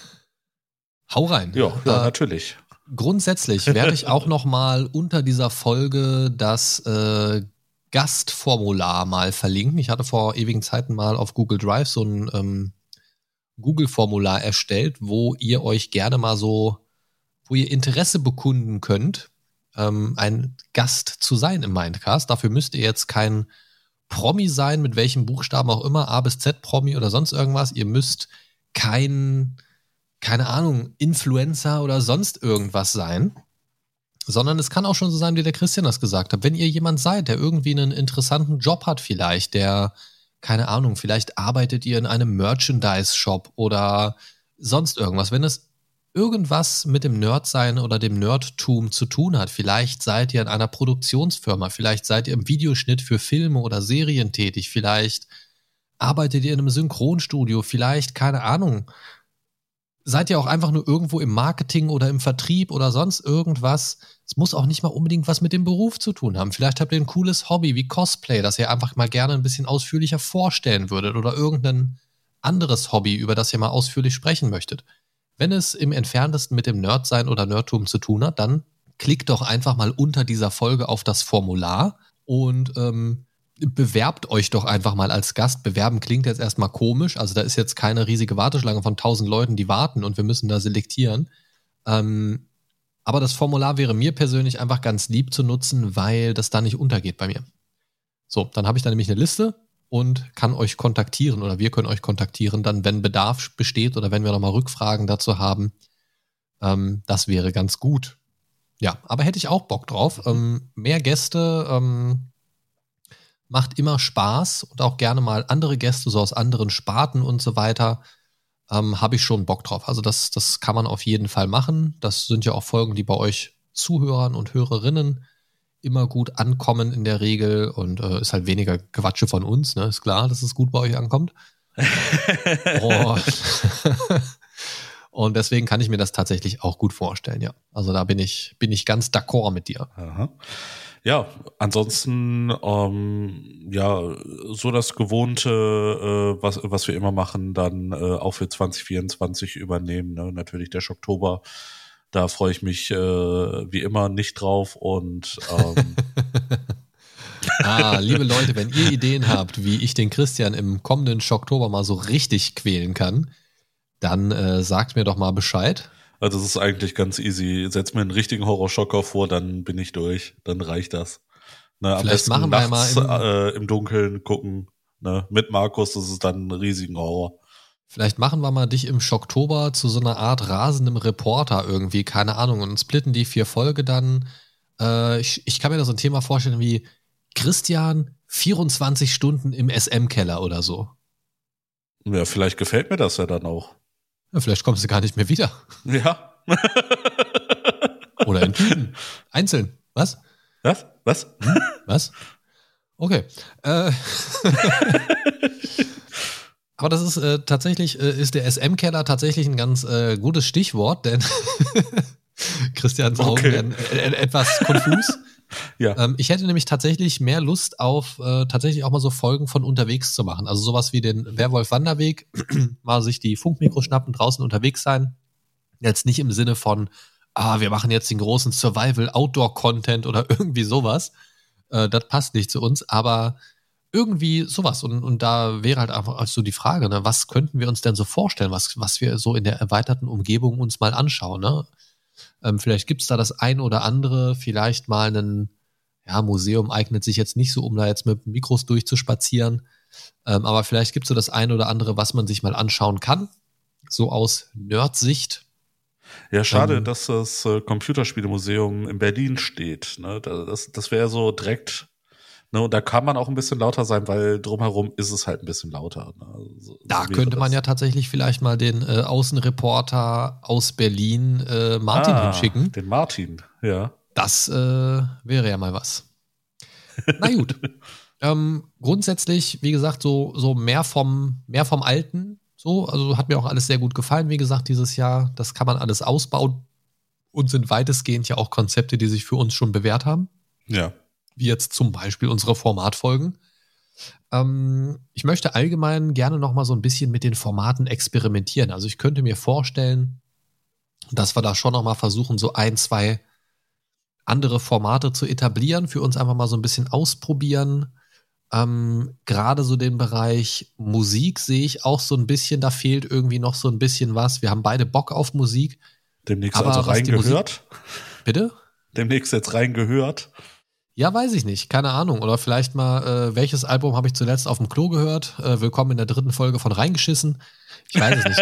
[SPEAKER 2] Hau rein.
[SPEAKER 3] Ja, ja
[SPEAKER 2] Äh,
[SPEAKER 3] natürlich.
[SPEAKER 2] Grundsätzlich werde ich auch noch mal unter dieser Folge das äh, Gastformular mal verlinken. Ich hatte vor ewigen Zeiten mal auf Google Drive so ein ähm, Google-Formular erstellt, wo ihr euch gerne mal so, wo ihr Interesse bekunden könnt, ähm, ein Gast zu sein im Mindcast. Dafür müsst ihr jetzt kein Promi sein, mit welchem Buchstaben auch immer, A bis Z Promi oder sonst irgendwas. Ihr müsst kein, keine Ahnung, Influencer oder sonst irgendwas sein, sondern es kann auch schon so sein, wie der Christian das gesagt hat. Wenn ihr jemand seid, der irgendwie einen interessanten Job hat vielleicht, der, keine Ahnung, vielleicht arbeitet ihr in einem Merchandise-Shop oder sonst irgendwas. Wenn es irgendwas mit dem Nerdsein oder dem Nerdtum zu tun hat, vielleicht seid ihr in einer Produktionsfirma, vielleicht seid ihr im Videoschnitt für Filme oder Serien tätig, vielleicht arbeitet ihr in einem Synchronstudio, vielleicht, keine Ahnung, seid ihr auch einfach nur irgendwo im Marketing oder im Vertrieb oder sonst irgendwas. Es muss auch nicht mal unbedingt was mit dem Beruf zu tun haben. Vielleicht habt ihr ein cooles Hobby wie Cosplay, das ihr einfach mal gerne ein bisschen ausführlicher vorstellen würdet oder irgendein anderes Hobby, über das ihr mal ausführlich sprechen möchtet. Wenn es im Entferntesten mit dem Nerdsein oder Nerdtum zu tun hat, dann klickt doch einfach mal unter dieser Folge auf das Formular und ähm, bewerbt euch doch einfach mal als Gast. Bewerben klingt jetzt erstmal komisch, also da ist jetzt keine riesige Warteschlange von tausend Leuten, die warten und wir müssen da selektieren. Ähm, aber das Formular wäre mir persönlich einfach ganz lieb zu nutzen, weil das da nicht untergeht bei mir. So, dann habe ich da nämlich eine Liste und kann euch kontaktieren oder wir können euch kontaktieren, dann wenn Bedarf besteht oder wenn wir nochmal Rückfragen dazu haben. Ähm, das wäre ganz gut. Ja, aber hätte ich auch Bock drauf. Ähm, mehr Gäste, ähm, macht immer Spaß und auch gerne mal andere Gäste, so aus anderen Sparten und so weiter, ähm, habe ich schon Bock drauf. Also das, das kann man auf jeden Fall machen. Das sind ja auch Folgen, die bei euch Zuhörern und Hörerinnen immer gut ankommen in der Regel und äh, ist halt weniger Quatsche von uns, ne? Ist klar, dass es gut bei euch ankommt. oh. Und deswegen kann ich mir das tatsächlich auch gut vorstellen, ja. Also da bin ich, bin ich ganz d'accord mit dir.
[SPEAKER 3] Aha. Ja, ansonsten, ähm, ja, so das Gewohnte, äh, was, was wir immer machen, dann äh, auch für zwanzig vierundzwanzig übernehmen, ne? Natürlich der Schocktober. Da freue ich mich äh, wie immer nicht drauf und ähm
[SPEAKER 2] ah, liebe Leute, wenn ihr Ideen habt, wie ich den Christian im kommenden Schocktober mal so richtig quälen kann, dann äh, sagt mir doch mal Bescheid.
[SPEAKER 3] Also das ist eigentlich ganz easy. Setz mir einen richtigen Horrorschocker vor, dann bin ich durch. Dann reicht das. Ne, am
[SPEAKER 2] Vielleicht
[SPEAKER 3] besten
[SPEAKER 2] machen wir
[SPEAKER 3] nachts
[SPEAKER 2] mal
[SPEAKER 3] im, äh, im Dunkeln gucken. Ne, mit Markus, das ist dann ein riesigen Horror.
[SPEAKER 2] Vielleicht machen wir mal dich im Schocktober zu so einer Art rasendem Reporter irgendwie, keine Ahnung, und splitten die vier Folge dann. Äh, ich, ich kann mir da so ein Thema vorstellen wie Christian vierundzwanzig Stunden im S M-Keller oder so.
[SPEAKER 3] Ja, vielleicht gefällt mir das ja dann auch.
[SPEAKER 2] Ja, vielleicht kommst du gar nicht mehr wieder.
[SPEAKER 3] Ja.
[SPEAKER 2] Oder in Tüten. Einzeln. Was?
[SPEAKER 3] Was? Was?
[SPEAKER 2] Hm? Was? Okay. Äh. Aber das ist äh, tatsächlich, äh, ist der S M-Keller tatsächlich ein ganz äh, gutes Stichwort, denn Christians Augen
[SPEAKER 3] okay.
[SPEAKER 2] werden äh, etwas konfus.
[SPEAKER 3] Ja.
[SPEAKER 2] Ähm, ich hätte nämlich tatsächlich mehr Lust auf äh, tatsächlich auch mal so Folgen von unterwegs zu machen. Also sowas wie den Werwolf-Wanderweg, mal sich die Funkmikros schnappen, draußen unterwegs sein. Jetzt nicht im Sinne von, ah, wir machen jetzt den großen Survival-Outdoor-Content oder irgendwie sowas. Äh, das passt nicht zu uns, aber irgendwie sowas. Und, und da wäre halt einfach so die Frage, ne, was könnten wir uns denn so vorstellen, was, was wir so in der erweiterten Umgebung uns mal anschauen, ne? Ähm, vielleicht gibt's da das ein oder andere, vielleicht mal ein ja, Museum eignet sich jetzt nicht so, um da jetzt mit Mikros durchzuspazieren, ähm, aber vielleicht gibt's so das ein oder andere, was man sich mal anschauen kann, so aus Nerd-Sicht.
[SPEAKER 3] Ja, schade,
[SPEAKER 2] ähm,
[SPEAKER 3] dass das äh, Computerspielemuseum in Berlin steht. Ne? Das, das wäre so direkt, ne? Und da kann man auch ein bisschen lauter sein, weil drumherum ist es halt ein bisschen lauter. Ne? So,
[SPEAKER 2] Da
[SPEAKER 3] so
[SPEAKER 2] könnte man
[SPEAKER 3] das.
[SPEAKER 2] ja tatsächlich vielleicht mal den äh, Außenreporter aus Berlin, äh, Martin,
[SPEAKER 3] ah,
[SPEAKER 2] hinschicken.
[SPEAKER 3] Den Martin, ja.
[SPEAKER 2] Das äh, wäre ja mal was. Na gut. ähm, grundsätzlich, wie gesagt, so, so mehr vom, mehr vom Alten. So, also hat mir auch alles sehr gut gefallen, wie gesagt, dieses Jahr. Das kann man alles ausbauen und sind weitestgehend ja auch Konzepte, die sich für uns schon bewährt haben.
[SPEAKER 3] Ja.
[SPEAKER 2] Wie jetzt zum Beispiel unsere Formatfolgen. Ähm, ich möchte allgemein gerne noch mal so ein bisschen mit den Formaten experimentieren. Also ich könnte mir vorstellen, dass wir da schon noch mal versuchen, so ein, zwei andere Formate zu etablieren, für uns einfach mal so ein bisschen ausprobieren. Ähm, gerade so den Bereich Musik sehe ich auch so ein bisschen, da fehlt irgendwie noch so ein bisschen was. Wir haben beide Bock auf Musik.
[SPEAKER 3] Demnächst
[SPEAKER 2] aber
[SPEAKER 3] also
[SPEAKER 2] was die
[SPEAKER 3] reingehört.
[SPEAKER 2] Musik- Bitte?
[SPEAKER 3] Demnächst jetzt reingehört.
[SPEAKER 2] Ja, weiß ich nicht, keine Ahnung. Oder vielleicht mal, äh, welches Album habe ich zuletzt auf dem Klo gehört? Äh, willkommen in der dritten Folge von Reingeschissen. Ich weiß es nicht.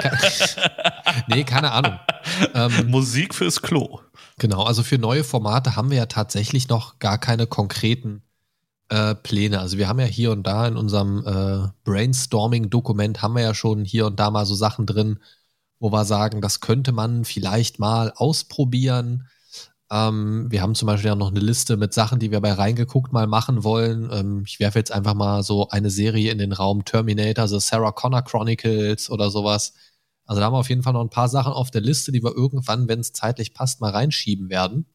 [SPEAKER 2] Ke- nee, keine Ahnung. Ähm,
[SPEAKER 3] Musik fürs Klo.
[SPEAKER 2] genau, also für neue Formate haben wir ja tatsächlich noch gar keine konkreten äh, Pläne. Also wir haben ja hier und da in unserem äh, Brainstorming-Dokument haben wir ja schon hier und da mal so Sachen drin, wo wir sagen, das könnte man vielleicht mal ausprobieren. Ähm, wir haben zum Beispiel ja noch eine Liste mit Sachen, die wir bei Reingeguckt mal machen wollen. Ähm, ich werfe jetzt einfach mal so eine Serie in den Raum Terminator, The Sarah Connor Chronicles oder sowas. Also da haben wir auf jeden Fall noch ein paar Sachen auf der Liste, die wir irgendwann, wenn es zeitlich passt, mal reinschieben werden.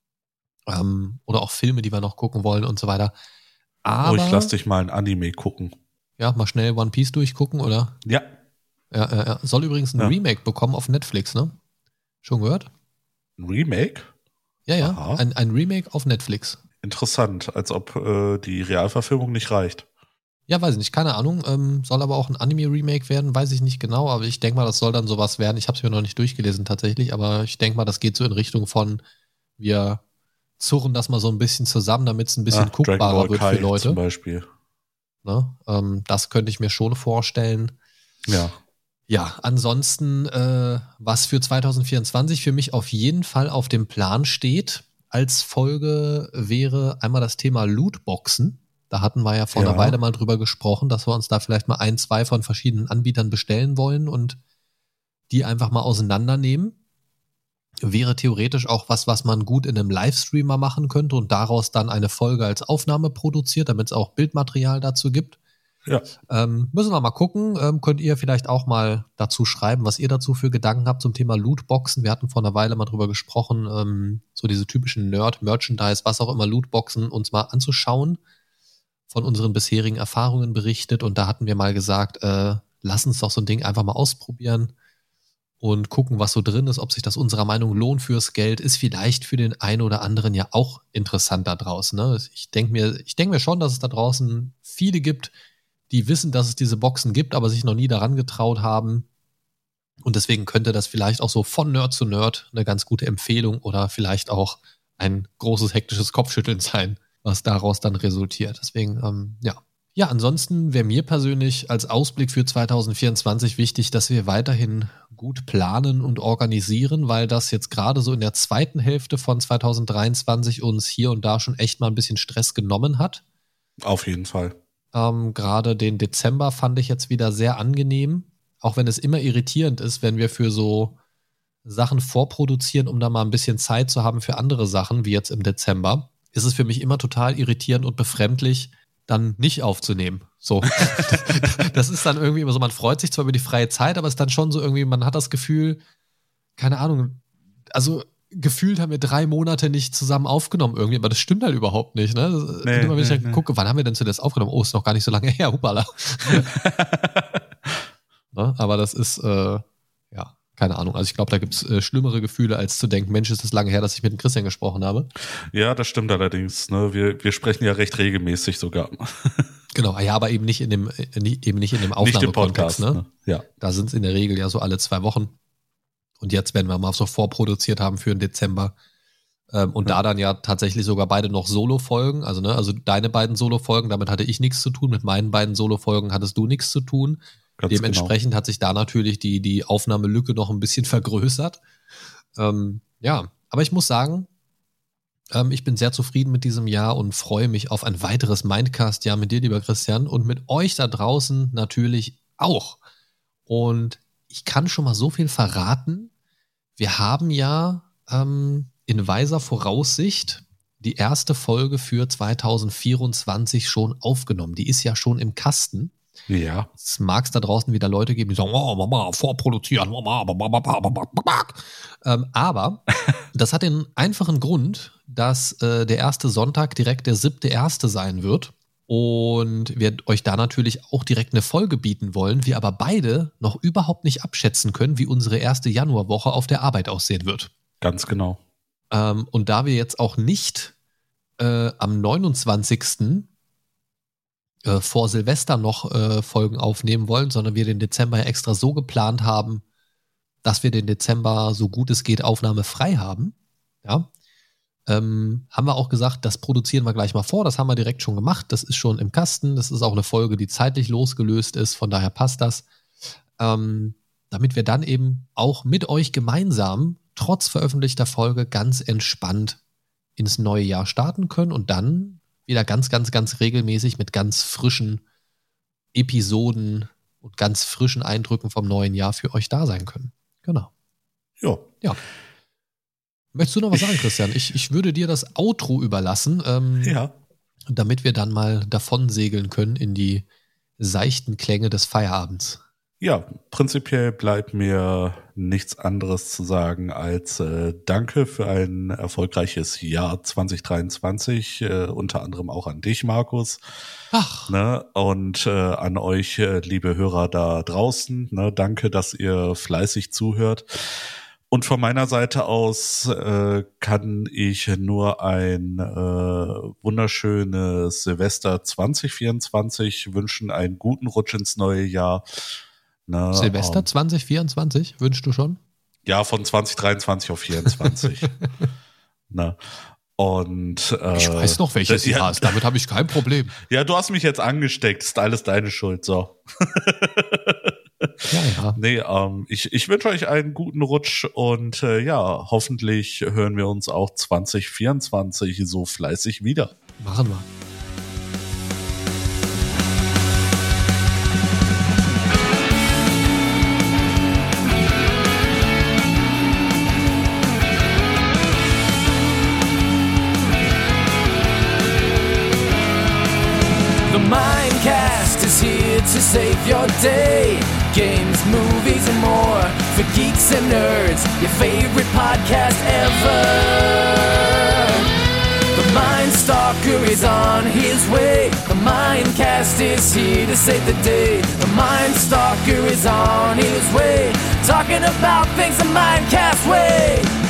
[SPEAKER 2] Ähm, oder auch Filme, die wir noch gucken wollen und so weiter. Aber,
[SPEAKER 3] oh, ich lass dich mal ein Anime gucken.
[SPEAKER 2] Ja, mal schnell One Piece durchgucken, oder?
[SPEAKER 3] Ja.
[SPEAKER 2] Ja, ja, ja. Soll übrigens ein
[SPEAKER 3] Ja.
[SPEAKER 2] Remake bekommen auf Netflix, ne? Schon gehört?
[SPEAKER 3] Ein Remake?
[SPEAKER 2] Ja, ja,
[SPEAKER 3] Aha.
[SPEAKER 2] ein, ein Remake auf Netflix.
[SPEAKER 3] Interessant, als ob äh, die Realverfilmung nicht reicht.
[SPEAKER 2] Ja, weiß ich nicht, keine Ahnung. Ähm, soll aber auch ein Anime-Remake werden, weiß ich nicht genau, aber ich denke mal, das soll dann sowas werden. Ich habe es mir noch nicht durchgelesen tatsächlich, aber ich denke mal, das geht so in Richtung von, wir zurren das mal so ein bisschen zusammen, damit es ein bisschen
[SPEAKER 3] Ah,
[SPEAKER 2] guckbarer
[SPEAKER 3] Dragon Ball
[SPEAKER 2] wird
[SPEAKER 3] Kai
[SPEAKER 2] für Leute.
[SPEAKER 3] zum Beispiel.
[SPEAKER 2] Ne? Ähm, das könnte ich mir schon vorstellen.
[SPEAKER 3] Ja.
[SPEAKER 2] Ja, ansonsten, äh, was für zwanzig vierundzwanzig für mich auf jeden Fall auf dem Plan steht, als Folge wäre einmal das Thema Lootboxen. Da hatten wir ja vor
[SPEAKER 3] Ja.
[SPEAKER 2] einer Weile mal drüber gesprochen, dass wir uns da vielleicht mal ein, zwei von verschiedenen Anbietern bestellen wollen und die einfach mal auseinandernehmen. Wäre theoretisch auch was, was man gut in einem Livestream mal machen könnte und daraus dann eine Folge als Aufnahme produziert, damit es auch Bildmaterial dazu gibt.
[SPEAKER 3] Ja.
[SPEAKER 2] Ähm, müssen wir mal gucken. Ähm, könnt ihr vielleicht auch mal dazu schreiben, was ihr dazu für Gedanken habt zum Thema Lootboxen. Wir hatten vor einer Weile mal drüber gesprochen, ähm, so diese typischen Nerd-Merchandise, was auch immer, Lootboxen uns mal anzuschauen, von unseren bisherigen Erfahrungen berichtet. Und da hatten wir mal gesagt, äh, lass uns doch so ein Ding einfach mal ausprobieren und gucken, was so drin ist, ob sich das unserer Meinung lohnt fürs Geld, ist vielleicht für den einen oder anderen ja auch interessant da draußen. Ne? Ich denke mir, ich denke mir schon, dass es da draußen viele gibt, die wissen, dass es diese Boxen gibt, aber sich noch nie daran getraut haben. Und deswegen könnte das vielleicht auch so von Nerd zu Nerd eine ganz gute Empfehlung oder vielleicht auch ein großes hektisches Kopfschütteln sein, was daraus dann resultiert. Deswegen, ähm, ja. Ja, ansonsten wäre mir persönlich als Ausblick für zwanzig vierundzwanzig wichtig, dass wir weiterhin gut planen und organisieren, weil das jetzt gerade so in der zweiten Hälfte von zwanzig dreiundzwanzig uns hier und da schon echt mal ein bisschen Stress genommen hat.
[SPEAKER 3] Auf jeden Fall.
[SPEAKER 2] Ähm, gerade den Dezember fand ich jetzt wieder sehr angenehm, auch wenn es immer irritierend ist, wenn wir für so Sachen vorproduzieren, um da mal ein bisschen Zeit zu haben für andere Sachen, wie jetzt im Dezember, ist es für mich immer total irritierend und befremdlich, dann nicht aufzunehmen. So. Das ist dann irgendwie immer so, man freut sich zwar über die freie Zeit, aber es ist dann schon so irgendwie, man hat das Gefühl, keine Ahnung, also gefühlt haben wir drei Monate nicht zusammen aufgenommen irgendwie, aber das stimmt halt überhaupt nicht. Ne?
[SPEAKER 3] Nee,
[SPEAKER 2] immer wenn ich
[SPEAKER 3] nee,
[SPEAKER 2] dann
[SPEAKER 3] nee.
[SPEAKER 2] gucke, wann haben wir denn zuletzt aufgenommen? Oh, ist noch gar nicht so lange her, hupala. Ne? Aber das ist, äh, ja, keine Ahnung. Also ich glaube, da gibt es äh, schlimmere Gefühle, als zu denken, Mensch, ist das lange her, dass ich mit dem Christian gesprochen habe.
[SPEAKER 3] Ja, das stimmt allerdings. Ne? Wir, wir sprechen ja recht regelmäßig sogar.
[SPEAKER 2] Genau, ja, aber eben nicht in dem, äh, eben nicht in dem
[SPEAKER 3] Nicht im
[SPEAKER 2] Aufnahmekontext.
[SPEAKER 3] Podcast.
[SPEAKER 2] Ne?
[SPEAKER 3] Ne? Ja.
[SPEAKER 2] Da sind es in der Regel ja so alle zwei Wochen. Und jetzt, wenn wir mal so vorproduziert haben für den Dezember ähm, und
[SPEAKER 3] Ja.
[SPEAKER 2] da dann ja tatsächlich sogar beide noch Solo-Folgen, also ne, also deine beiden Solo-Folgen, damit hatte ich nichts zu tun, mit meinen beiden Solo-Folgen hattest du nichts zu tun.
[SPEAKER 3] Ganz
[SPEAKER 2] Dementsprechend hat sich da natürlich die, die Aufnahmelücke noch ein bisschen vergrößert. Ähm, ja, aber ich muss sagen, ähm, ich bin sehr zufrieden mit diesem Jahr und freue mich auf ein weiteres Mindcast-Jahr mit dir, lieber Christian, und mit euch da draußen natürlich auch. Und ich kann schon mal so viel verraten. Wir haben ja ähm, in weiser Voraussicht die erste Folge für zwanzig vierundzwanzig schon aufgenommen. Die ist ja schon im Kasten.
[SPEAKER 3] genau. Ja.
[SPEAKER 2] Es mag es da draußen wieder Leute geben, die sagen, oh, Mama, vorproduzieren, Mama, ähm, aber das hat den einfachen Grund, dass äh, der erste Sonntag direkt der siebte erste sein wird und wir euch da natürlich auch direkt eine Folge bieten wollen, wir aber beide noch überhaupt nicht abschätzen können, wie unsere erste Januarwoche auf der Arbeit aussehen wird.
[SPEAKER 3] Ganz genau.
[SPEAKER 2] Ähm, und da wir jetzt auch nicht äh, am neunundzwanzigsten Äh, vor Silvester noch äh, Folgen aufnehmen wollen, sondern wir den Dezember ja extra so geplant haben, dass wir den Dezember so gut es geht aufnahmefrei haben. Ja, ähm, haben wir auch gesagt, das produzieren wir gleich mal vor. Das haben wir direkt schon gemacht. Das ist schon im Kasten. Das ist auch eine Folge, die zeitlich losgelöst ist. Von daher passt das. Ähm, damit wir dann eben auch mit euch gemeinsam trotz veröffentlichter Folge ganz entspannt ins neue Jahr starten können und dann wieder ganz, ganz, ganz regelmäßig mit ganz frischen Episoden und ganz frischen Eindrücken vom neuen Jahr für euch da sein können. Genau.
[SPEAKER 3] Ja.
[SPEAKER 2] Ja. Möchtest du noch was sagen, Christian? Ich, ich würde dir das Outro überlassen, ähm,
[SPEAKER 3] Ja.
[SPEAKER 2] damit wir dann mal davon segeln können in die seichten Klänge des Feierabends.
[SPEAKER 3] Ja, prinzipiell bleibt mir nichts anderes zu sagen als äh, Danke für ein erfolgreiches Jahr zwanzig dreiundzwanzig, äh, unter anderem auch an dich, Markus.
[SPEAKER 2] Ach,
[SPEAKER 3] Ne? Und äh, an euch, äh, liebe Hörer da draußen. Ne? Danke, dass ihr fleißig zuhört. Und von meiner Seite aus äh, kann ich nur ein äh, wunderschönes Silvester zwanzig vierundzwanzig wünschen, einen guten Rutsch ins neue Jahr. Na,
[SPEAKER 2] Silvester
[SPEAKER 3] ähm,
[SPEAKER 2] zwanzig vierundzwanzig, wünschst du schon?
[SPEAKER 3] ja, von zwanzig dreiundzwanzig auf vierundzwanzig. Na, und äh,
[SPEAKER 2] Ich weiß noch, welches
[SPEAKER 3] ja,
[SPEAKER 2] Jahr ist. Damit habe ich kein Problem.
[SPEAKER 3] Ja, du hast mich jetzt angesteckt. Ist alles deine Schuld. So.
[SPEAKER 2] Ja, ja.
[SPEAKER 3] Nee, ähm, ich, ich wünsche euch einen guten Rutsch und äh, ja, hoffentlich hören wir uns auch zwanzig vierundzwanzig so fleißig wieder.
[SPEAKER 2] Machen wir.
[SPEAKER 4] is here to save your day. Games, movies, and more for geeks and nerds. Your favorite podcast ever. The Mindstalker is on his way. The Mindcast is here to save the day. The Mindstalker is on his way. Talking about things the Mindcast way.